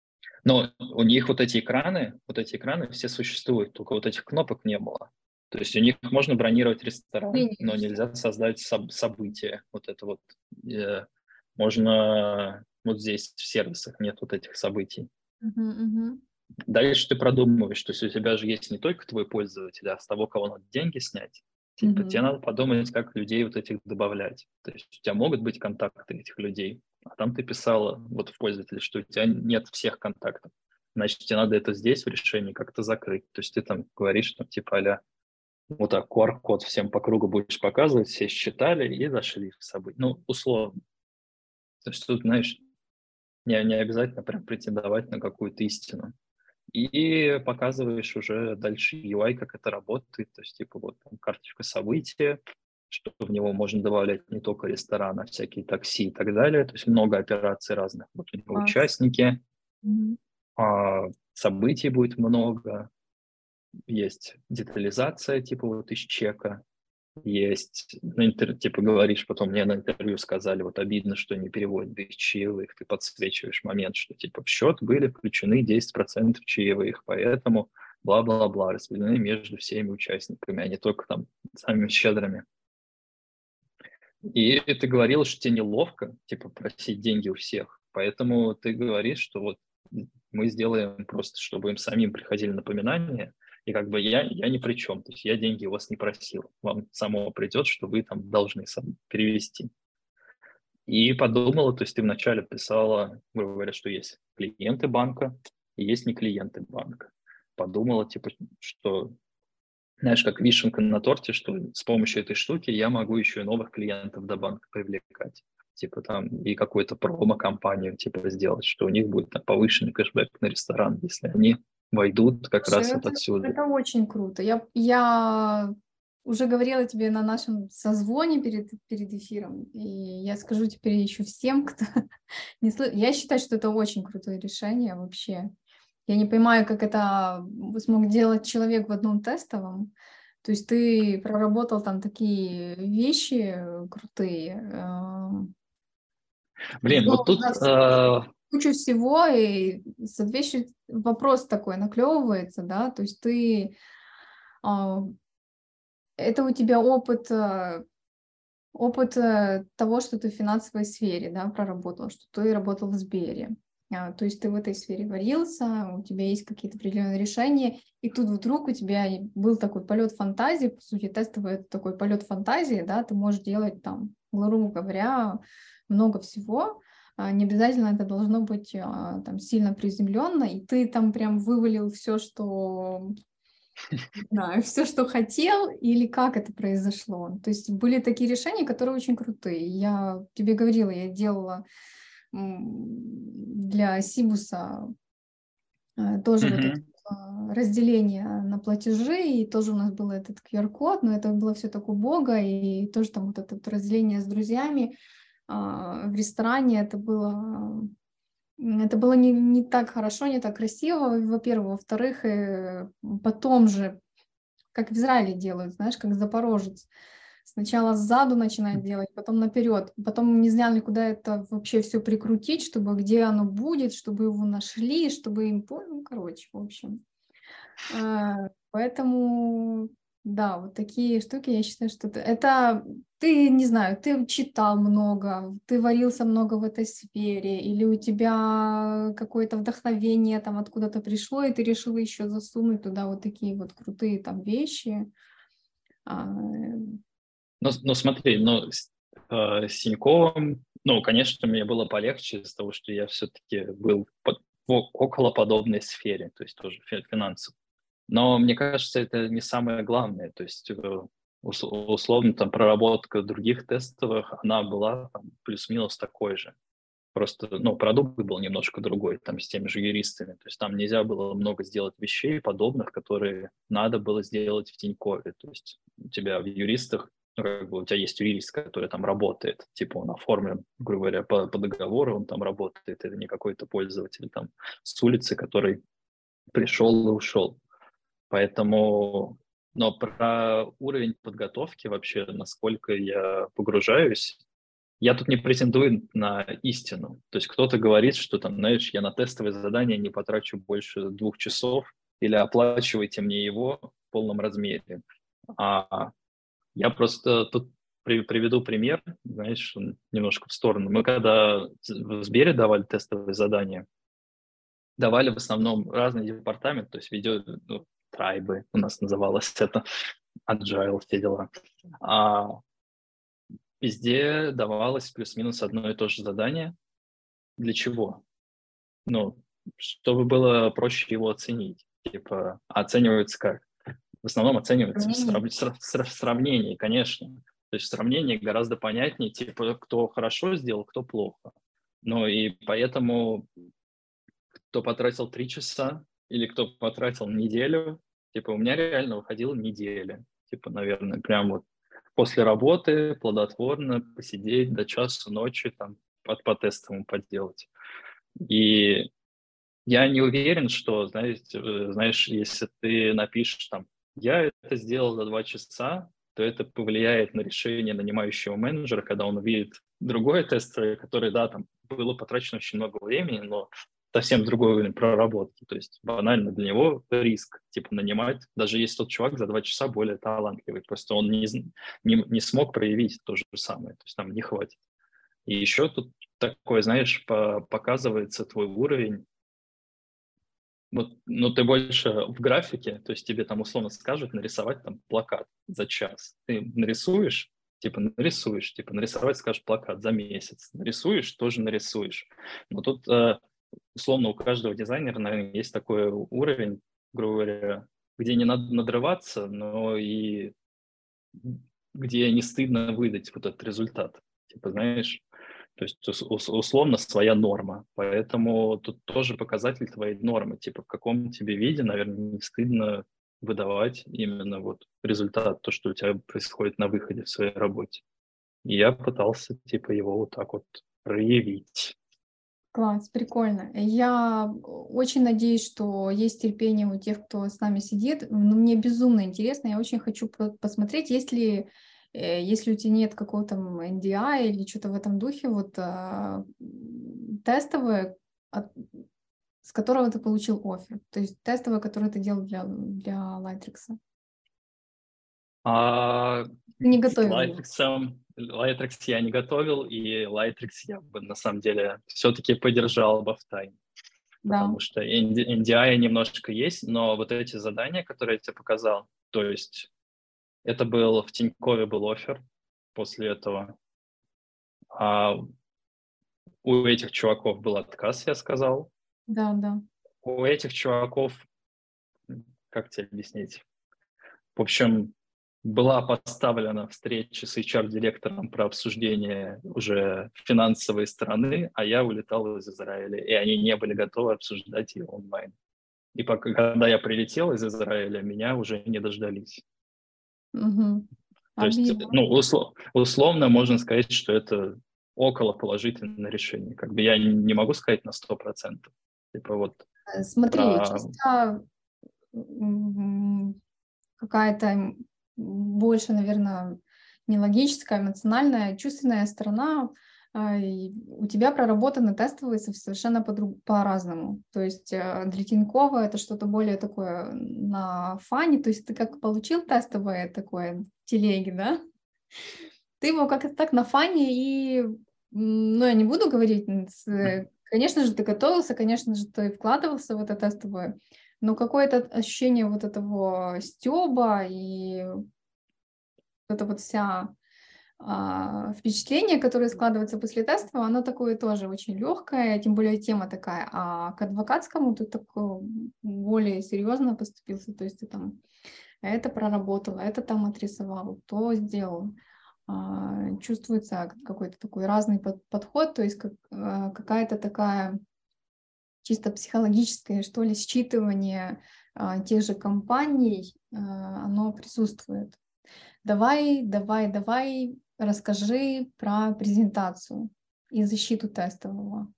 но у них вот эти экраны, вот эти экраны все существуют, только вот этих кнопок не было. То есть у них можно бронировать ресторан, но Менюшки. нельзя создать соб- событие. Вот это вот. Э, можно вот здесь в сервисах нет вот этих событий. Мгм, мгм. Дальше ты продумываешь, то есть у тебя же есть не только твой пользователь, а с того, кого надо деньги снять. Типа тебе Мгм. надо подумать, как людей вот этих добавлять. То есть у тебя могут быть контакты этих людей, а там ты писала вот в пользователе, что у тебя нет всех контактов. Значит, тебе надо это здесь в решении как-то закрыть. То есть ты там говоришь, что типа а вот так ку ар-код всем по кругу будешь показывать, все считали и зашли в событие. Ну, условно. То есть тут, знаешь, не, не обязательно прям претендовать на какую-то истину. И показываешь уже дальше ю ай, как это работает. То есть, типа, вот там карточка события, что в него можно добавлять не только ресторан, а всякие такси и так далее. То есть много операций разных. Вот у него Класс. участники, Мгм. а, событий будет много, есть детализация, типа вот из чека, есть, ну, интер- типа говоришь, потом мне на интервью сказали, вот обидно, что не переводят без чаевых, ты подсвечиваешь момент, что типа в счет были включены десять процентов чаевых, поэтому бла-бла-бла, распределены между всеми участниками, а не только там самыми щедрыми. И ты говорил, что тебе неловко, типа, просить деньги у всех, поэтому ты говоришь, что вот мы сделаем просто, чтобы им самим приходили напоминания, и как бы я, я ни при чем, то есть я деньги у вас не просил, вам само придет, что вы там должны сам перевести. И подумала, то есть ты вначале писала, грубо говоря, что есть клиенты банка и есть не клиенты банка. Подумала, типа, что, знаешь, как вишенка на торте, что с помощью этой штуки я могу еще и новых клиентов до банка привлекать. Типа там и какую-то промо-компанию типа сделать, что у них будет там повышенный кэшбэк на ресторан, если они войдут как Слушай, раз вот это, отсюда. это очень круто. Я, я уже говорила тебе на нашем созвоне перед, перед эфиром, и я скажу теперь еще всем, кто не слышал. Я считаю, что это очень крутое решение вообще. Я не понимаю, как это смог делать человек в одном тестовом. То есть ты проработал там такие вещи крутые, эм, Блин, сделал вот тут да, вс- э, кучу всего, и соответствует вопрос такой наклевывается, да, то есть ты а, это у тебя опыт, э, опыт э, того, что ты в финансовой сфере, да, проработал, что ты работал в Сбере. А, То есть ты в этой сфере варился, у тебя есть какие-то определенные решения, и тут вдруг у тебя и был такой полет фантазии, по сути, тестовый это такой полет фантазии, да, ты можешь делать там, грубо говоря, много всего, а, не обязательно это должно быть а, там сильно приземленно, и ты там прям вывалил все, что да, все, что хотел, или как это произошло. То есть были такие решения, которые очень крутые. Я тебе говорила, я делала м, для Сибуса э, тоже вот это мгм. а, разделение на платежи, и тоже у нас был этот ку ар-код, но это было все так убого, и тоже там вот это вот разделение с друзьями а, в ресторане, это было М, это было не не так хорошо, не так красиво, во-первых. Во-вторых, э, потом же, как в Израиле делают, знаешь, как запорожец. Сначала сзаду начинают делать, потом наперед. Потом не знали, куда это вообще все прикрутить, чтобы где оно будет, чтобы его нашли, чтобы им... по- Ну, короче, в общем. А, Поэтому Да, вот такие штуки, я считаю, что это, это ты, не знаю, ты читал много, ты варился много в этой сфере, или у тебя какое-то вдохновение там откуда-то пришло, и ты решил еще засунуть туда вот такие вот крутые там вещи. А, Ну, ну смотри, ну, с, э, с Тиньковым, ну, конечно, мне было полегче из-за того, что я все-таки был под, в около подобной сфере, то есть тоже фи- финансов. Но мне кажется, это не самое главное. То есть, э, ус- условно, там проработка других тестовых, она была там, плюс-минус такой же. Просто, ну, продукт был немножко другой, там, с теми же юристами. То есть там нельзя было много сделать вещей подобных, которые надо было сделать в Тинькове. То есть у тебя в юристах, ну, как бы у тебя есть юрист, который там работает, типа он оформлен, грубо говоря, по, по договору, он там работает, это не какой-то пользователь там с улицы, который пришел и ушел. Поэтому, но про уровень подготовки вообще, насколько я погружаюсь, я тут не претендую на истину. То есть кто-то говорит, что там, знаешь, я на тестовое задание не потрачу больше двух часов или оплачивайте мне его в полном размере. А я просто тут при, приведу пример, знаешь, немножко в сторону. Мы когда в Сбере давали тестовые задания, давали в основном разные департаменты, то есть видео, ну, трайбы у нас называлось это, agile, все дела. А везде давалось плюс-минус одно и то же задание. Для чего? Ну, чтобы было проще его оценить. Типа, оценивается как? В основном оценивается в, Сравнение. срав- в сравнении, конечно. То есть в сравнении гораздо понятнее, типа, кто хорошо сделал, кто плохо. Ну и поэтому кто потратил три часа или кто потратил неделю, типа, у меня реально выходила неделя. Типа, наверное, прям вот после работы плодотворно посидеть до часу ночи, там, по, по тестовому поделать. И я не уверен, что, знаешь, э, знаешь, если ты напишешь там, я это сделал за два часа, то это повлияет на решение нанимающего менеджера, когда он увидит другое тестовое, которое, да, там было потрачено очень много времени, но совсем другой уровень проработки. То есть банально для него риск, типа, нанимать, даже если тот чувак за два часа более талантливый, просто он не, не, не смог проявить то же самое, то есть там не хватит. И еще тут такое, знаешь, по, показывается твой уровень. Вот, ну, ты больше в графике, то есть тебе там условно скажут нарисовать там плакат за час. Ты нарисуешь, типа нарисуешь, типа нарисовать скажешь плакат за месяц. Нарисуешь, тоже нарисуешь. Но тут э, условно у каждого дизайнера, наверное, есть такой уровень, грубо говоря, где не надо надрываться, но и где не стыдно выдать вот этот результат. Типа, знаешь, то есть условно своя норма. Поэтому тут тоже показатель твоей нормы. Типа в каком тебе виде, наверное, не стыдно выдавать именно вот результат, то, что у тебя происходит на выходе в своей работе. И я пытался типа его вот так вот проявить. Класс, прикольно. Я очень надеюсь, что есть терпение у тех, кто с нами сидит. Ну, мне безумно интересно, я очень хочу по- посмотреть, если, э, если у тебя нет какого-то там эн ди ай или что-то в этом духе, вот а, м, тестовое, от- с которого ты получил оффер, то есть тестовое, которое ты делал для, для Lightrix. А Ты не с готовил его. Lightrix, Lightrix я не готовил, и Lightrix я бы на самом деле все-таки поддержал бы в тайне. Да, Потому что эн ди ай немножко есть, но вот эти задания, которые я тебе показал, то есть это был в Тинькове был оффер после этого, а у этих чуваков был отказ, я сказал. да, да. У этих чуваков, как тебе объяснить? В общем, была поставлена встреча с эйч ар-директором про обсуждение уже финансовой стороны, а я улетал из Израиля, и они не были готовы обсуждать ее онлайн. И пока, когда я прилетел из Израиля, меня уже не дождались. Угу. То есть, Обидно. ну, услов, условно можно сказать, что это около положительное решение. Как бы я не могу сказать на сто процентов. Типа вот Э, Смотри, про... чисто м, какая-то больше, наверное, не логическая, эмоциональная, чувственная сторона. а, и у тебя проработаны тестовые со- совершенно по-друг- по-разному. То есть э, для Тинькова это что-то более такое на фане, то есть ты как получил тестовое такое в телеге, да? Ты его как-то так на фане и, м, ну, я не буду говорить, н- с- конечно же, ты готовился, конечно же, ты вкладывался в это тестовое, но какое-то ощущение вот этого стёба и вот эта вот вся а, впечатление, которое складывается после тестового, оно такое тоже очень легкое, тем более тема такая. А к адвокатскому ты так э, более серьезно поступился, то есть ты там это проработал, это там отрисовал, то сделал. А, чувствуется какой-то такой разный под- подход, то есть как, а, какая-то такая чисто психологическое, что ли, считывание а, тех же компаний, а, оно присутствует. Давай, давай, давай, расскажи про презентацию и защиту тестового.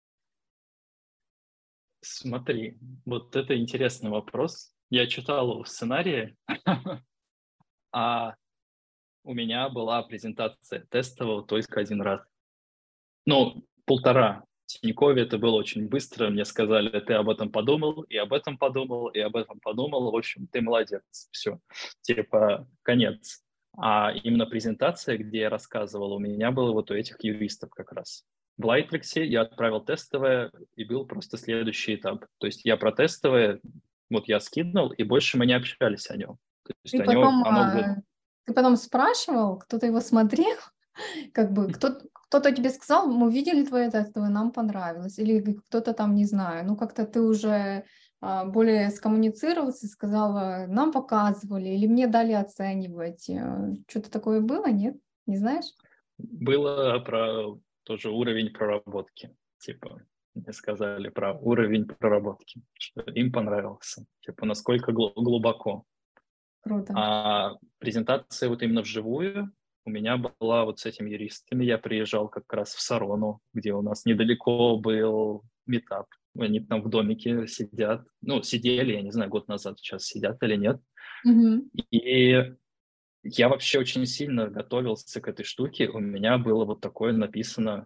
Смотри, вот это интересный вопрос. Я читал его в сценарии, а у меня была презентация тестового только один раз. Ну, полтора. В Тинькове это было очень быстро. Мне сказали, ты об этом подумал, и об этом подумал, и об этом подумал. В общем, ты молодец. Все. Типа, конец. А именно презентация, где я рассказывал, у меня было вот у этих юристов как раз. В Lightrix я отправил тестовое, и был просто следующий этап. То есть я про тестовое, вот я скинул, и больше мы не общались о нем. То есть Ты о нем, потом, оно где-то. а, ты потом спрашивал, кто-то его смотрел, как бы кто, кто-то тебе сказал, мы видели твое тестовое, нам понравилось, или кто-то там, не знаю, ну как-то ты уже а, более скоммуницировался, сказала, нам показывали, или мне дали оценивать. Э, Что-то такое было, нет? Не знаешь? Было про тоже уровень проработки. Типа, мне сказали про уровень проработки, что им понравился. Типа, насколько гл- глубоко. Круто. А презентация вот именно вживую у меня была вот с этими юристами. Я приезжал как раз в Сарону, где у нас недалеко был метап. Они там в домике сидят. Ну, сидели, я не знаю, год назад сейчас сидят или нет. Мгм. И я вообще очень сильно готовился к этой штуке. У меня было вот такое написано.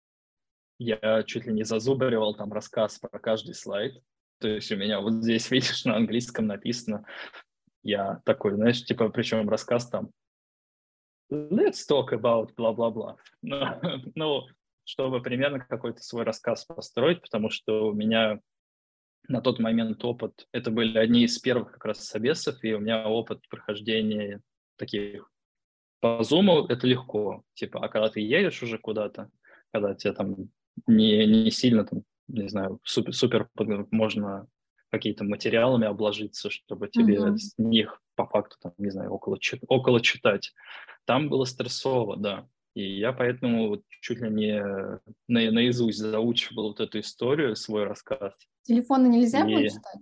Я чуть ли не зазубривал там рассказ про каждый слайд. То есть у меня вот здесь, видишь, на английском написано. Я такой, знаешь, типа, причем рассказ там let's talk about бла-бла-бла. Ну, ну, чтобы примерно какой-то свой рассказ построить, потому что у меня на тот момент опыт, это были одни из первых как раз собесов, и у меня опыт прохождения таких по Zoom это легко, типа, а когда ты едешь уже куда-то, когда тебе там не, не сильно, там, не знаю, супер, супер под- можно какими-то материалами обложиться, чтобы тебе Мгм. с них по факту, там, не знаю, около, чит- около читать. Там было стрессово, да. И я поэтому вот чуть ли не на, наизусть заучивал вот эту историю, свой рассказ. Телефона нельзя было И читать?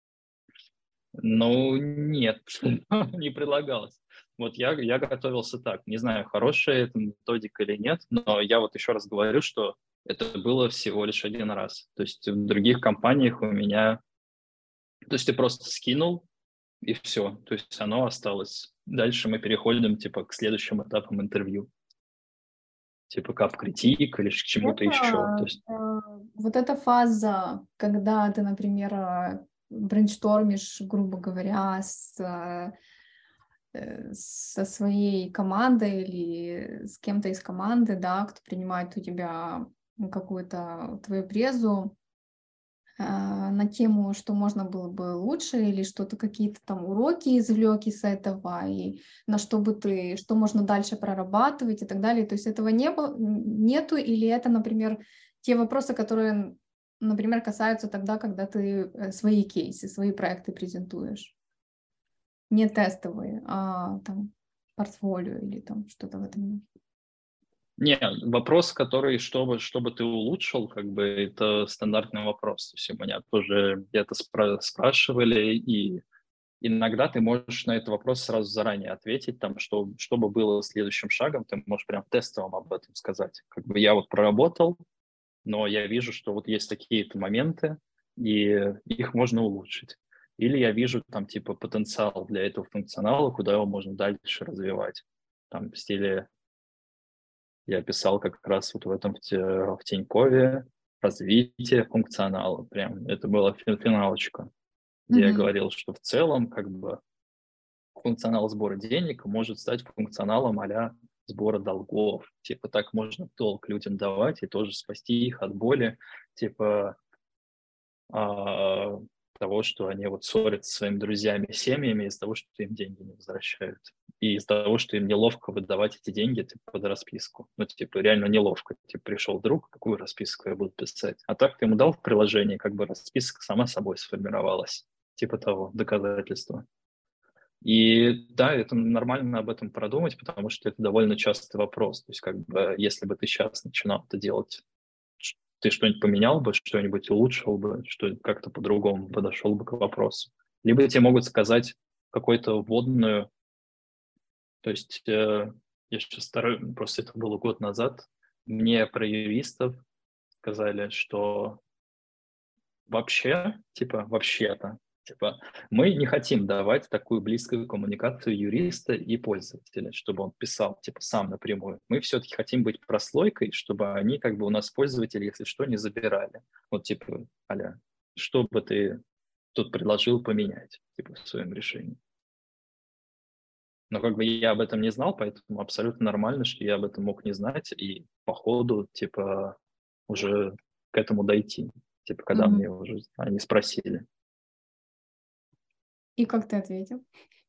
ну, нет, не предлагалось. Вот я, я готовился так. Не знаю, хорошая это методика или нет, но я вот еще раз говорю, что это было всего лишь один раз. То есть в других компаниях у меня... То есть ты просто скинул, и все. То есть оно осталось. Дальше мы переходим типа к следующим этапам интервью. Типа кап-критик или к чему-то еще. То Это, есть э, вот эта фаза, когда ты, например, э, брейнштормишь, грубо говоря, с, э, э, со своей командой или с кем-то из команды, да, кто принимает у тебя какую-то твою презу, а, на тему, что можно было бы лучше, или что-то, какие-то там уроки извлек из этого, и на что бы ты, что можно дальше прорабатывать и так далее. То есть этого не было, нету, или это, например, те вопросы, которые, например, касаются тогда, когда ты э, свои кейсы, свои проекты презентуешь. Не тестовые, а там портфолио или там что-то в этом духе. не, вопрос, который, чтобы, чтобы ты улучшил, как бы это стандартный вопрос. То есть у меня тоже где-то спра- спрашивали, и иногда ты можешь на этот вопрос сразу заранее ответить, там, что, что бы было следующим шагом, ты можешь прям тестовым об этом сказать. Как бы я вот проработал, но я вижу, что вот есть такие-то моменты, и их можно улучшить. Или я вижу там типа потенциал для этого функционала, куда его можно дальше развивать. Там в стиле Я писал как раз вот в этом, в, те, в Тинькове развитие функционала. Прям это была финалочка, где я Мгм. говорил, что в целом как бы функционал сбора денег может стать функционалом а-ля сбора долгов. Типа так можно долг людям давать и тоже спасти их от боли, типа а, того, что они вот ссорятся со своими друзьями, семьями из-за того, что им деньги не возвращают. И из-за того, что им неловко выдавать эти деньги типа, под расписку. Ну, типа, реально неловко. Типа, пришел друг, какую расписку я буду писать? А так ты ему дал в приложении, как бы расписка сама собой сформировалась. Типа того, доказательства. И да, это нормально об этом продумать, потому что это довольно частый вопрос. То есть, как бы, если бы ты сейчас начинал это делать, ты что-нибудь поменял бы, что-нибудь улучшил бы, что как-то по-другому подошел бы к вопросу. Либо тебе могут сказать какую-то вводную, то есть э, я сейчас стараюсь, просто это было год назад, мне про юристов сказали, что вообще, типа, вообще-то, типа, мы не хотим давать такую близкую коммуникацию юриста и пользователя, чтобы он писал, типа, сам напрямую. Мы все-таки хотим быть прослойкой, чтобы они, как бы, у нас пользователи, если что, не забирали. Вот, типа, а-ля, что бы ты тут предложил поменять, типа, в своем решении. Но как бы я об этом не знал, поэтому абсолютно нормально, что я об этом мог не знать и по ходу, типа, уже к этому дойти. Типа, когда Мгм. мне уже они спросили. И как ты ответил?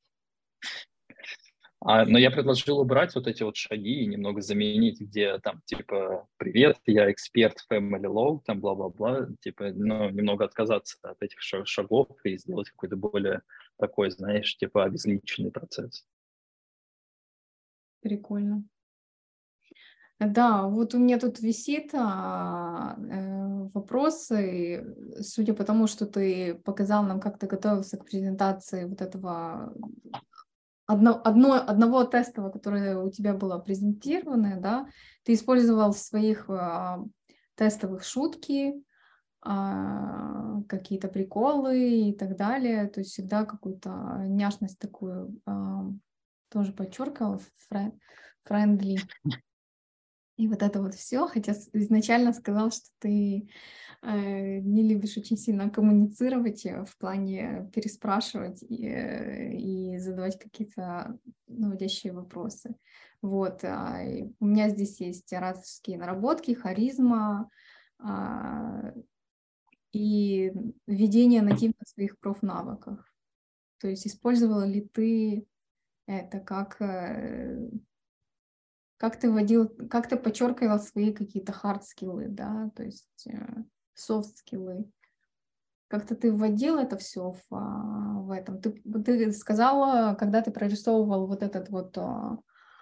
А, но я предложил убрать вот эти вот шаги и немного заменить, где там, типа, привет, я эксперт Family Law, там, бла-бла-бла, типа, ну, немного отказаться от этих шагов и сделать какой-то более такой, знаешь, типа, обезличенный процесс. Прикольно. Да, вот у меня тут висит а, э, вопросы, судя по тому, что ты показал нам, как ты готовился к презентации вот этого одно, одно, одного тестового, которое у тебя было презентировано, да, ты использовал в своих а, тестовых шутки, а, какие-то приколы и так далее, то есть всегда какую-то няшность такую а, тоже подчеркивал, френдли. И вот это вот все, хотя с- изначально сказал, что ты э, не любишь очень сильно коммуницировать э, в плане переспрашивать и, э, и задавать какие-то наводящие вопросы. Вот. а, и у меня здесь есть ораторские наработки, харизма а, и введение нативных своих профнавыков. То есть использовала ли ты это как э, как ты вводил, как ты подчеркивал свои какие-то хард-скиллы, да, то есть софт-скиллы. Как-то ты вводил это все в, а, в этом. Ты, ты сказала, когда ты прорисовывал вот этот вот а,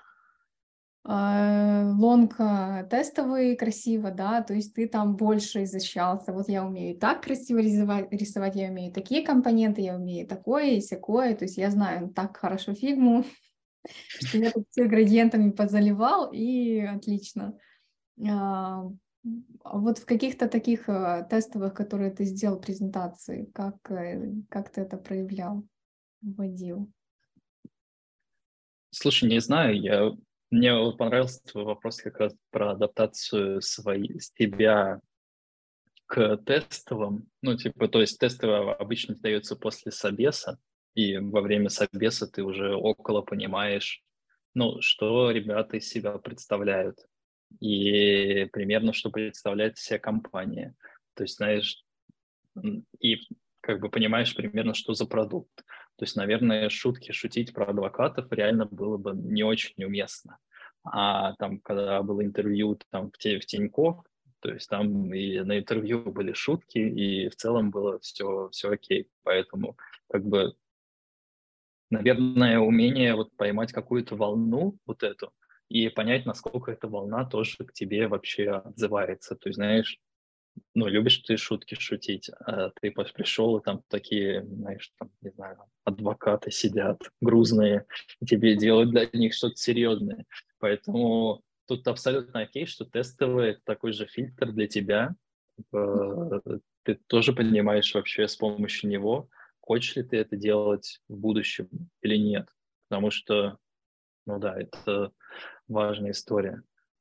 а, лонг а, тестовый красиво, да, то есть ты там больше изощрялся. Вот я умею так красиво рисовать, рисовать, я умею такие компоненты, я умею такое и сякое, то есть я знаю так хорошо фигму, что я тут все градиентами позаливал, и отлично. А, вот в каких-то таких а, тестовых, которые ты сделал презентации, как, э, как ты это проявлял, вводил? Слушай, не знаю, я, мне вот понравился твой вопрос как раз про адаптацию своей, с тебя к тестовым. Ну, типа, то есть тестовое обычно сдается после собеса, и во время собеса ты уже около понимаешь, ну, что ребята из себя представляют, и примерно, что представляет вся компания. То есть, знаешь, м, и как бы понимаешь примерно, что за продукт. То есть, наверное, шутки шутить про адвокатов реально было бы не очень уместно. А там, когда было интервью там в, те, в Тинькофф, то есть там и на интервью были шутки, и в целом было все, все окей. Поэтому как бы, наверное, умение вот поймать какую-то волну вот эту и понять, насколько эта волна тоже к тебе вообще отзывается. То есть, знаешь, ну, любишь ты шутки шутить, а ты пос- пришел, и там такие, знаешь, там, не знаю, адвокаты сидят, грузные, и тебе делают для них что-то серьезное. Поэтому тут абсолютно окей, что тестовый — это такой же фильтр для тебя. Э, Ты тоже понимаешь вообще с помощью него, хочешь ли ты это делать в будущем или нет. Потому что, ну да, это важная история.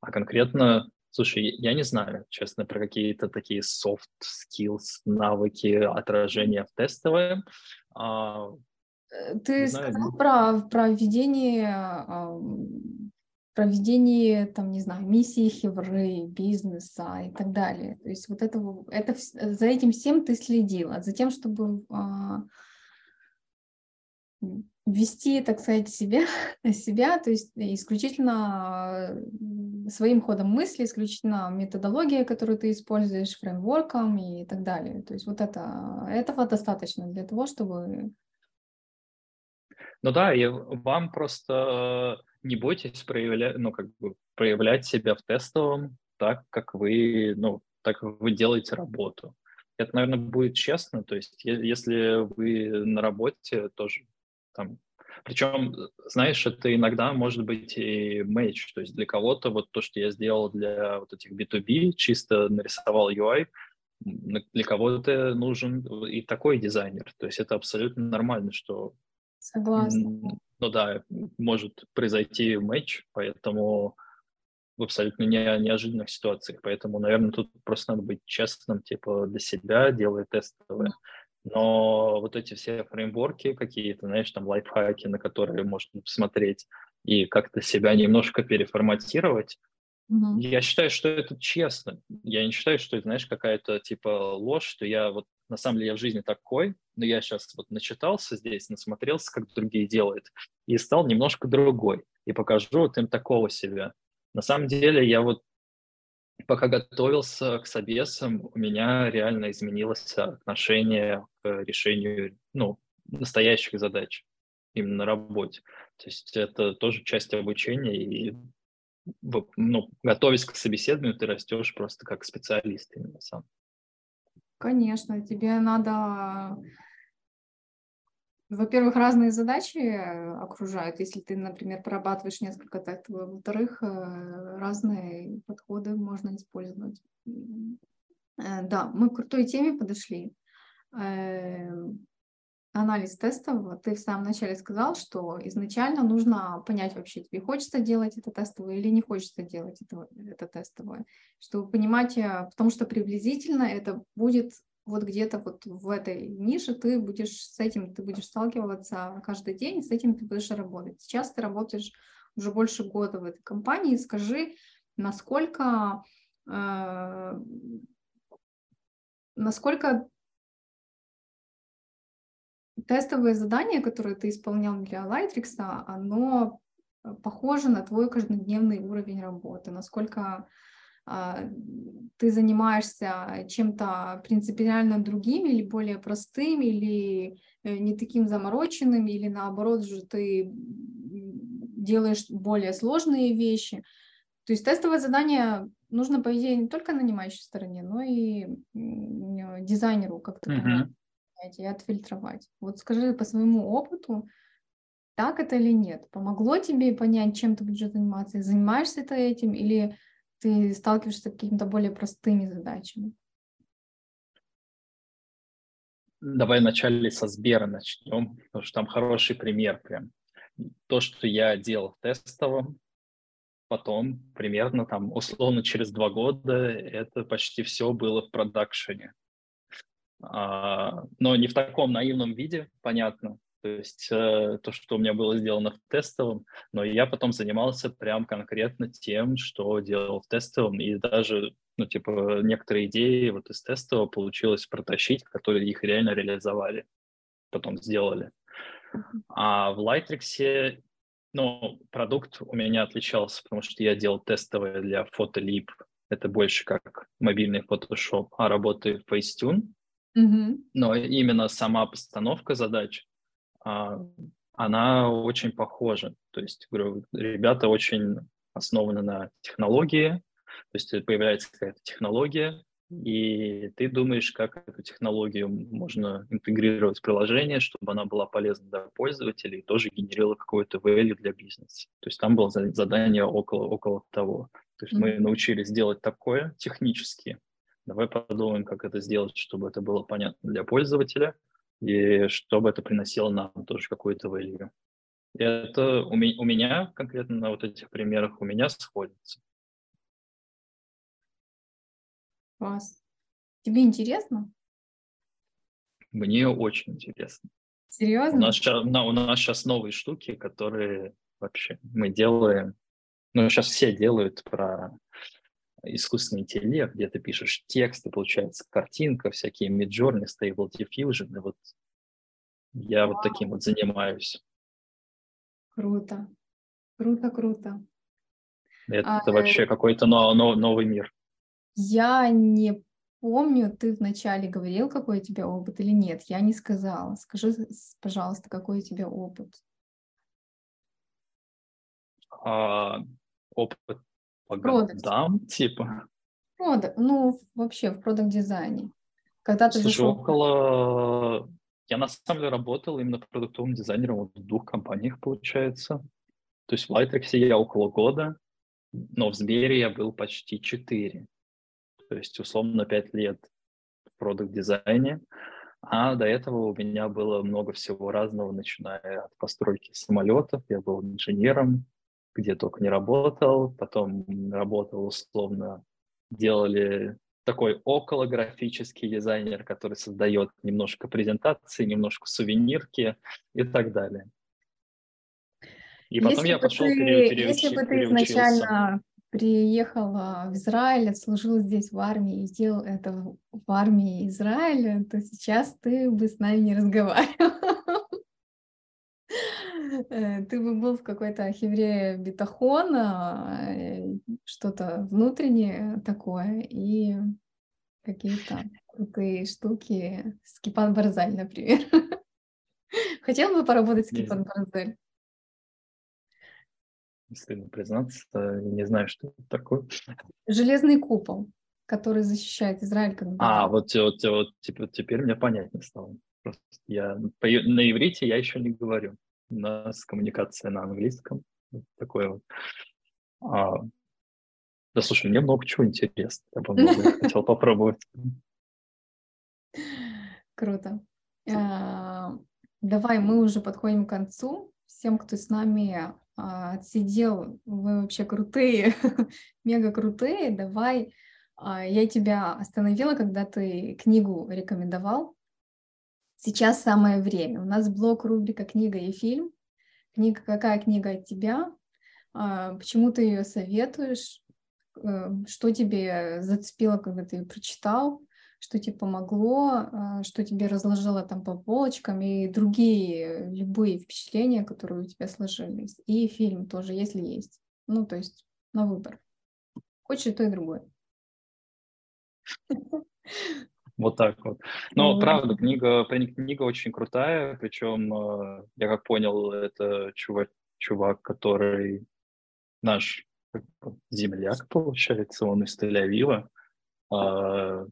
А конкретно, слушай, я не знаю, честно, про какие-то такие soft skills, навыки отражения в тестовое. А, Э, не Ты знаю, сказал про, про введение, ам, про введение, там, не знаю, миссии Хевры, бизнеса и так далее. То есть вот этого, это, вс- за этим всем ты следила, за тем, чтобы а, м, вести, так сказать, себя, себя, то есть исключительно м, своим ходом мысли, исключительно методология, которую ты используешь, фреймворком и так далее. То есть вот это, этого достаточно для того, чтобы... ну да, и вам просто э, не бойтесь проявлять, ну, как бы проявлять себя в тестовом так, как вы, ну, так как вы делаете работу. Это, наверное, будет честно, то есть е- если вы на работе тоже там, причем, знаешь, это иногда может быть и мэйч, то есть для кого-то вот то, что я сделал для вот этих би ту би, чисто нарисовал ю ай, м, для кого-то нужен и такой дизайнер, то есть это абсолютно нормально, что Согласна. М, ну да, может произойти матч, поэтому в абсолютно не, неожиданных ситуациях. Поэтому, наверное, тут просто надо быть честным, типа, для себя, делая тестовые. Но вот эти все фреймворки какие-то, знаешь, там лайфхаки, на которые можно посмотреть и как-то себя немножко переформатировать, Мгм. я считаю, что это честно. Я не считаю, что это, знаешь, какая-то типа ложь, что я вот на самом деле я в жизни такой, но я сейчас вот начитался здесь, насмотрелся, как другие делают, и стал немножко другой. И покажу вот им такого себя. На самом деле я вот пока готовился к собесам, у меня реально изменилось отношение к решению, ну, настоящих задач именно на работе. То есть это тоже часть обучения, и в ну, готовясь к собеседованию, ты растешь просто как специалист именно сам. Конечно, тебе надо, во-первых, разные задачи э, окружают, если ты, например, прорабатываешь несколько тестов, во-вторых, э, разные подходы можно использовать. М, э, Да, мы к крутой теме подошли. Э, Анализ тестов. Ты в самом начале сказал, что изначально нужно понять вообще, тебе хочется делать это тестовое или не хочется делать это, это тестовое, чтобы понимать, э, потому что приблизительно это будет вот где-то вот в этой нише, ты будешь с этим, ты будешь сталкиваться каждый день, и с этим ты будешь работать. Сейчас ты работаешь уже больше года в этой компании. Скажи, насколько, э, насколько тестовое задание, которое ты исполнял для Lightrix, оно э, похоже на твой каждодневный уровень работы, насколько а, ты занимаешься чем-то принципиально другим или более простым, или э, не таким замороченным, или наоборот же ты м, делаешь более сложные вещи. То есть тестовое задание нужно, по идее, не только нанимающей стороне, но и м, дизайнеру как-то помочь Мгм. понять и отфильтровать. Вот скажи по своему опыту, так это или нет? Помогло тебе понять, чем ты будешь заниматься? И занимаешься ты этим, или ты сталкиваешься с какими-то более простыми задачами? Давай вначале со Сбера начнем, потому что там хороший пример прям. То, что я делал в тестовом, потом примерно там условно через два года это почти все было в продакшене. А, но не в таком наивном виде, понятно. То есть э, то, что у меня было сделано в тестовом, но я потом занимался прям конкретно тем, что делал в тестовом, и даже, ну, типа, некоторые идеи вот из тестового получилось протащить, которые их реально реализовали, потом сделали. А в Lightrix, ну, продукт у меня отличался, потому что я делал тестовое для Photolib. Это больше как мобильный Photoshop, а работаю в Facetune. Мгм. Но именно сама постановка задач, а, она очень похожа. То есть, говорю, ребята очень основаны на технологии, то есть появляется какая-то технология, и ты думаешь, как эту технологию можно интегрировать в приложение, чтобы она была полезна для пользователей и тоже генерировала какой-то value для бизнеса. То есть там было задание около, около того. То есть мы Мгм. научились делать такое технически. Давай подумаем, как это сделать, чтобы это было понятно для пользователя и чтобы это приносило нам тоже какой-то value. И это у, ми- у меня конкретно на вот этих примерах у меня сходится. Класс. Тебе интересно? Мне очень интересно. У Серьезно? нас сейчас, у нас сейчас новые штуки, которые вообще мы делаем. Ну, сейчас все делают про искусственный интеллект, где ты пишешь текст, и получается картинка, всякие Midjourney, Stable Diffusion. И вот я вот таким вот занимаюсь. Круто. Круто, круто. Это А, вообще какой-то но, но, новый мир. я не помню, ты вначале говорил, какой у тебя опыт или нет. Я не сказала. Скажи, с- пожалуйста, какой у тебя опыт? А, опыт по В продакте. годам, типа. Продак, ну, вообще в продакт-дизайне. Когда ты Слушай, зашел... около... Я на самом деле работал именно продуктовым дизайнером вот в двух компаниях, получается. То есть в Lightrix я около года, но в Сбере я был почти четыре. То есть условно пять лет в продакт-дизайне. А до этого у меня было много всего разного, начиная от постройки самолетов. Я был инженером, где только не работал. Потом работал условно, делали такой околографический дизайнер, который создает немножко презентации, немножко сувенирки и так далее. И потом Если я бы пошел, ты, пере, если переучи, бы ты переучился. изначально приехала в Израиль, отслужила здесь в армии и сделал это в в армии Израиля, то сейчас ты бы с нами не разговаривал. Э, Ты бы был в какой-то хевре бетахона, э, что-то внутреннее такое, и какие-то крутые штуки. С Кипан Барзаль, например. Хотел бы поработать с Не, Кипан Барзаль? стыдно признаться, я не знаю, что это такое. Железный купол, который защищает Израиль, А, когда... вот, вот, вот типа, теперь мне понятнее стало. Просто я по- на иврите я еще не говорю. У нас коммуникация на английском. Вот такое вот. А, да, слушай, мне много чего интересно. Я бы многое хотел попробовать. Круто. А, Давай, мы уже подходим к концу. Всем, кто с нами а, отсидел, вы вообще крутые, мега крутые. Давай, а, я тебя остановила, когда ты книгу рекомендовал. Сейчас самое время. У нас блок рубрика «Книга и фильм». Книга, какая книга от тебя? А, Почему ты ее советуешь? Э, Что тебе зацепило, когда ты ее прочитал? Что тебе помогло? а, Что тебе разложило там по полочкам? И другие любые впечатления, которые у тебя сложились. И фильм тоже, если есть. Ну, то есть на выбор. Хочешь и то, и другое. Вот так вот. Но Вот. правда, книга, книга очень крутая. Причем, э, я как понял, это чувак, чувак, который наш как бы земляк, получается, он из Тель-Авива. А,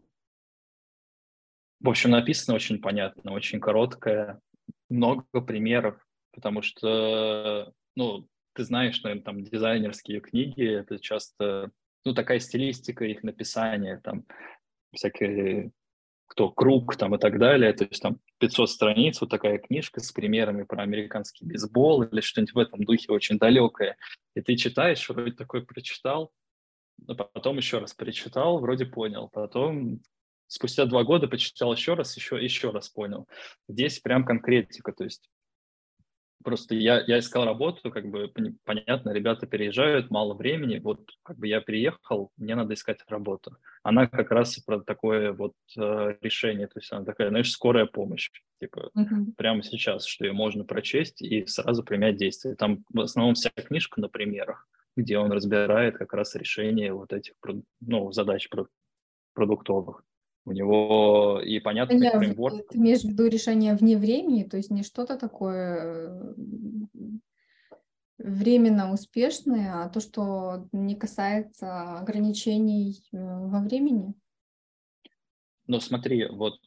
В общем, написано очень понятно, очень короткое, много примеров, потому что, ну, ты знаешь, наверное, там дизайнерские книги, это часто, ну, такая стилистика их написания, там всякие, кто круг там и так далее, то есть там пятьсот страниц, вот такая книжка с примерами про американский бейсбол или что-нибудь в этом духе очень далекое, и ты читаешь, вроде такой прочитал, но потом еще раз перечитал, вроде понял. Потом спустя два года почитал еще раз, еще, еще раз понял. Здесь прям конкретика, то есть просто я, я искал работу, как бы понятно, ребята переезжают, мало времени, вот как бы я приехал, мне надо искать работу. Она как раз про такое вот э, решение, то есть она такая, знаешь, скорая помощь, типа Мгм. прямо сейчас, что ее можно прочесть и сразу принять действия. Там в основном вся книжка на примерах, где он разбирает как раз решение вот этих ну, задач продуктовых. У него и понятный Решение в- фреймворк. Ты имеешь в виду решение вне времени, то есть не что-то такое э, временно успешные, а то, что не касается ограничений э, во времени. Но смотри, вот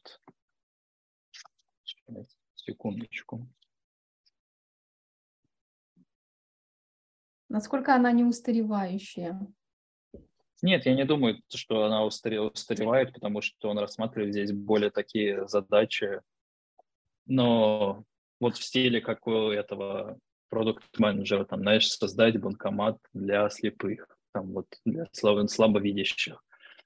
секундочку. Насколько она не устаревающая. Нет, я не думаю, что она устаревает, потому что он рассматривает здесь более такие задачи, но вот в стиле, как у этого продукт-менеджера, там, знаешь, создать банкомат для слепых, там вот для слабо, слабовидящих.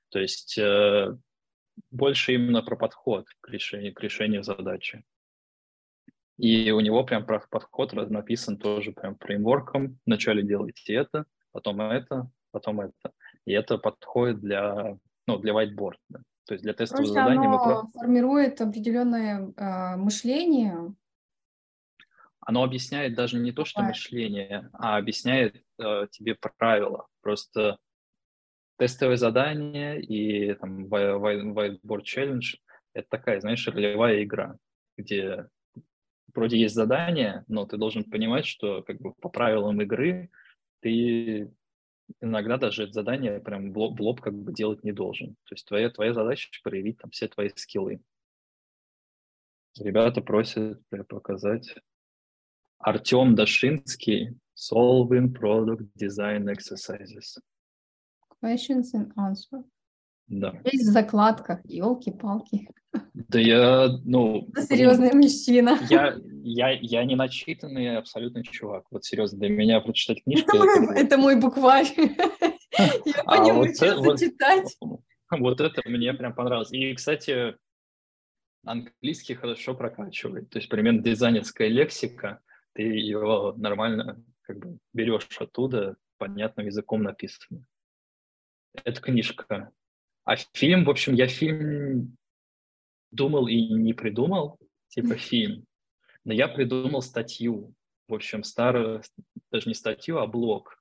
То есть э, больше именно про подход к решению, к решению задачи. И у него прям подход написан тоже прям фреймворком. Вначале делайте это, потом это, потом это. И это подходит для, ну, для whiteboard. То есть для тестового Короче, задания мы оно просто... формирует определенное э, мышление. Оно объясняет даже не то, что мышление, а объясняет э, тебе правила. Просто тестовое задание и там whiteboard challenge — это такая, знаешь, ролевая игра, где вроде есть задание, но ты должен понимать, что как бы по правилам игры ты иногда даже это задание прям в лоб, в лоб как бы делать не должен. То есть твоя, твоя задача проявить там все твои скиллы. Ребята просят показать. Артем Дашинский, Solving Product Design Exercises. Questions and answers. Да. Есть в закладках, елки-палки. Да я, ну... Серьезный блин, мужчина. Я, я, я не начитанный абсолютно чувак. Вот серьезно, для меня прочитать книжку... Это, это мой букварь. Я по нему учился читать. Вот это мне прям понравилось. И, кстати, английский хорошо прокачивает. То есть, примерно дизайнерская лексика, ты ее нормально как бы берешь оттуда, понятным языком написано. Это книжка. А фильм, в общем, я фильм думал и не придумал, типа фильм, но я придумал статью. В общем, старую, даже не статью, а блог.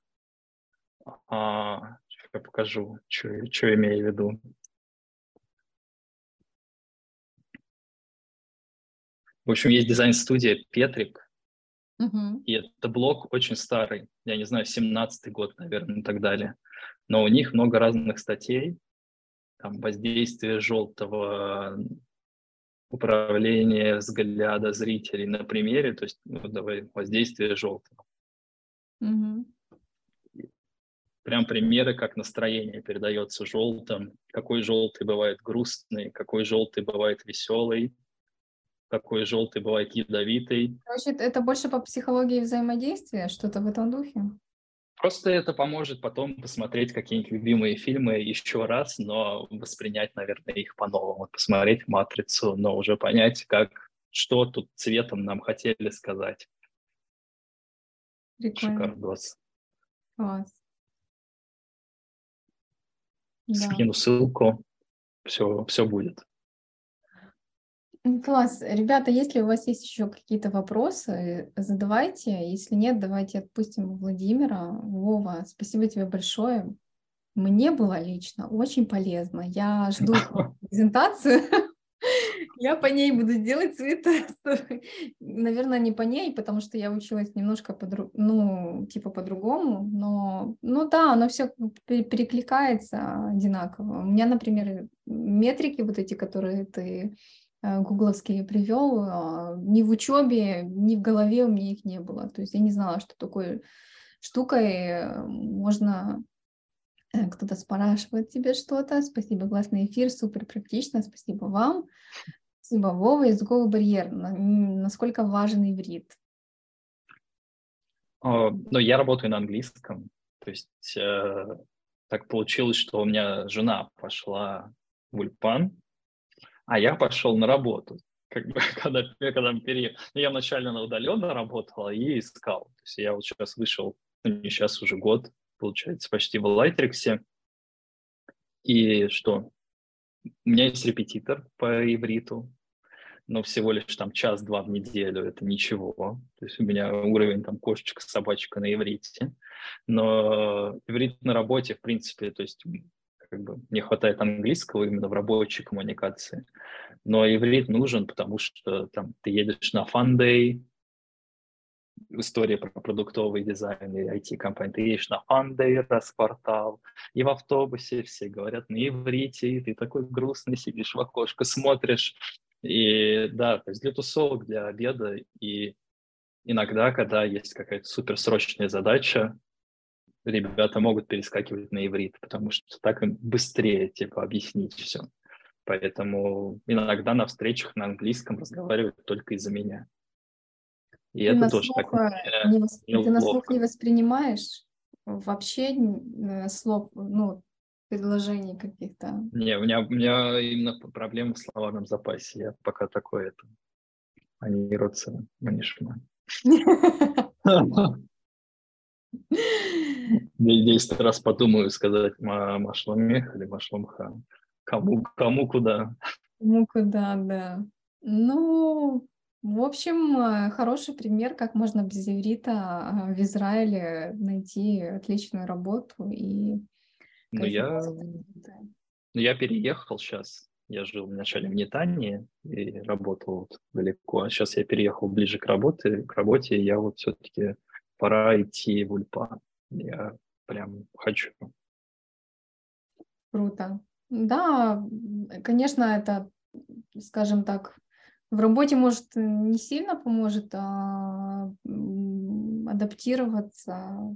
А, я покажу, что, что имею в виду. В общем, есть дизайн-студия Петрик, uh-huh. и это блог очень старый, я не знаю, семнадцатый год, наверное, и так далее. Но у них много разных статей, там воздействие желтого, управление взгляда зрителей на примере, то есть, ну, давай, воздействие желтого. Uh-huh. Прям примеры, как настроение передается желтым, какой желтый бывает грустный, какой желтый бывает веселый, какой желтый бывает ядовитый. Короче, это больше по психологии взаимодействия, что-то в этом духе? Просто это поможет потом посмотреть какие-нибудь любимые фильмы еще раз, но воспринять, наверное, их по-новому. Посмотреть «Матрицу», но уже понять, как, что тут цветом нам хотели сказать. Прикольно. Шикардос. Класс. Скину да. ссылку, все, все будет. Класс. Ребята, если у вас есть еще какие-то вопросы, задавайте. Если нет, давайте отпустим Владимира. Вова, спасибо тебе большое. Мне было лично очень полезно. Я жду презентацию. Я по ней буду делать свои тесты. Наверное, не по ней, потому что я училась немножко по ну, типа по-другому, но ну да, оно все перекликается одинаково. У меня, например, метрики вот эти, которые ты гугловские привел, ни в учебе, ни в голове у меня их не было. То есть я не знала, что такой штукой можно... Кто-то спрашивает тебе что-то. Спасибо, классный эфир, супер практично. Спасибо вам. Спасибо, Вова. Языковый барьер. Насколько важен иврит? Ну, я работаю на английском. То есть э, так получилось, что у меня жена пошла в Ульпан, а я пошел на работу. Как бы, когда, когда пере... ну, я вначале на удаленно работал и искал. То есть я вот сейчас вышел, ну, не сейчас уже год, получается, почти в Lightrix. И что? У меня есть репетитор по ивриту, но всего лишь там час-два в неделю, это ничего. То есть у меня уровень там кошечка-собачка на иврите. Но иврит на работе, в принципе, то есть как бы не хватает английского именно в рабочей коммуникации. Но иврит нужен, потому что там ты едешь на Fun Day, история про продуктовый дизайн и ай ти-компании. Ты едешь на Fun Day, распортал, и в автобусе все говорят на иврите, и ты такой грустный сидишь в окошко, смотришь. И да, то есть для тусовок, для обеда, и иногда, когда есть какая-то суперсрочная задача, ребята могут перескакивать на иврит, потому что так им быстрее типа объяснить все. Поэтому иногда на встречах на английском разговаривают только из-за меня. И ты это на тоже слух, так не, ты на слух неловко. не воспринимаешь вообще слов, ну, предложений каких-то. Не, у меня, у меня именно проблемы в словарном запасе. Я пока такой это. Они родятся, манишма. Десять раз подумаю сказать машломех или машломха. Кому, кому куда. Кому куда, да. Ну, в общем, хороший пример, как можно без иврита в Израиле найти отличную работу и Ну, я, ну, я переехал сейчас. Я жил вначале в Нетании и работал вот далеко. А сейчас я переехал ближе к работе, к работе, и я вот все-таки пора идти в Ульпан. Я прям хочу. Круто. Да, конечно, это, скажем так, в работе, может, не сильно поможет, а адаптироваться,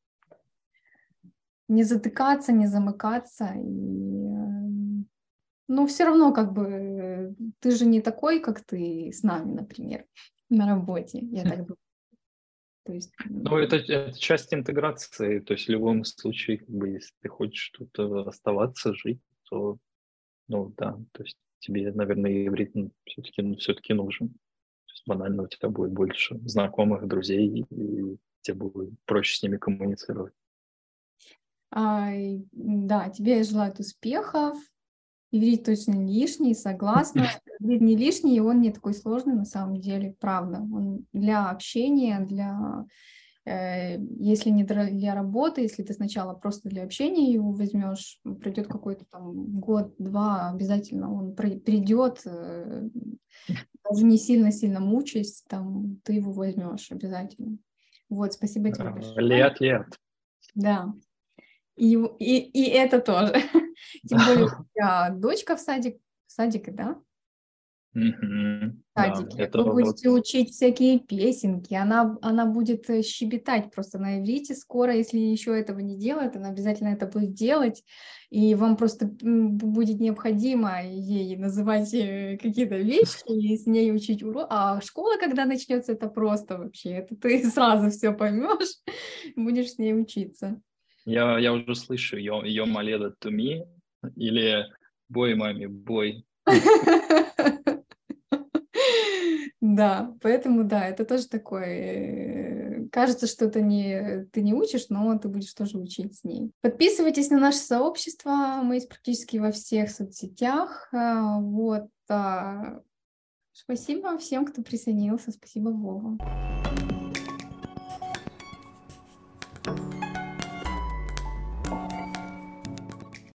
не затыкаться, не замыкаться. И, ну, все равно, как бы, ты же не такой, как ты с нами, например, на работе, я так думаю. То есть... Ну, это, это часть интеграции. То есть в любом случае, как бы, если ты хочешь тут оставаться, жить, то, ну, да, то есть тебе, наверное, иврит все-таки, ну, все-таки нужен. То есть банально у тебя будет больше знакомых, друзей, и тебе будет проще с ними коммуницировать. А, да, тебе я желаю успехов. Иврит точно не лишний, согласна. Иврит не лишний, и он не такой сложный на самом деле, правда. Он для общения, для, э, если не для работы, если ты сначала просто для общения его возьмешь, пройдет какой-то там год-два, обязательно он придет, э, даже не сильно-сильно мучаясь, там, ты его возьмешь обязательно. Вот, спасибо тебе большое. Лет, лет. Да. И, и, и это тоже. Тем более, у тебя дочка в садик, в садике, да? Mm-hmm. В садике. Да, это Вы будете вот... учить всякие песенки. Она, она будет щебетать просто на иврите скоро. Если еще этого не делает, она обязательно это будет делать. И вам просто будет необходимо ей называть какие-то вещи и с ней учить урок. А школа, когда начнется, это просто вообще. Это ты сразу все поймешь, будешь с ней учиться. Я, я уже слышу ее, ее моледа туми или бой, маме, бой. Да, поэтому да, это тоже такое. Кажется, что это не ты не учишь, но ты будешь тоже учить с ней. Подписывайтесь на наше сообщество, мы есть практически во всех соцсетях. Вот. Спасибо всем, кто присоединился. Спасибо, Вова.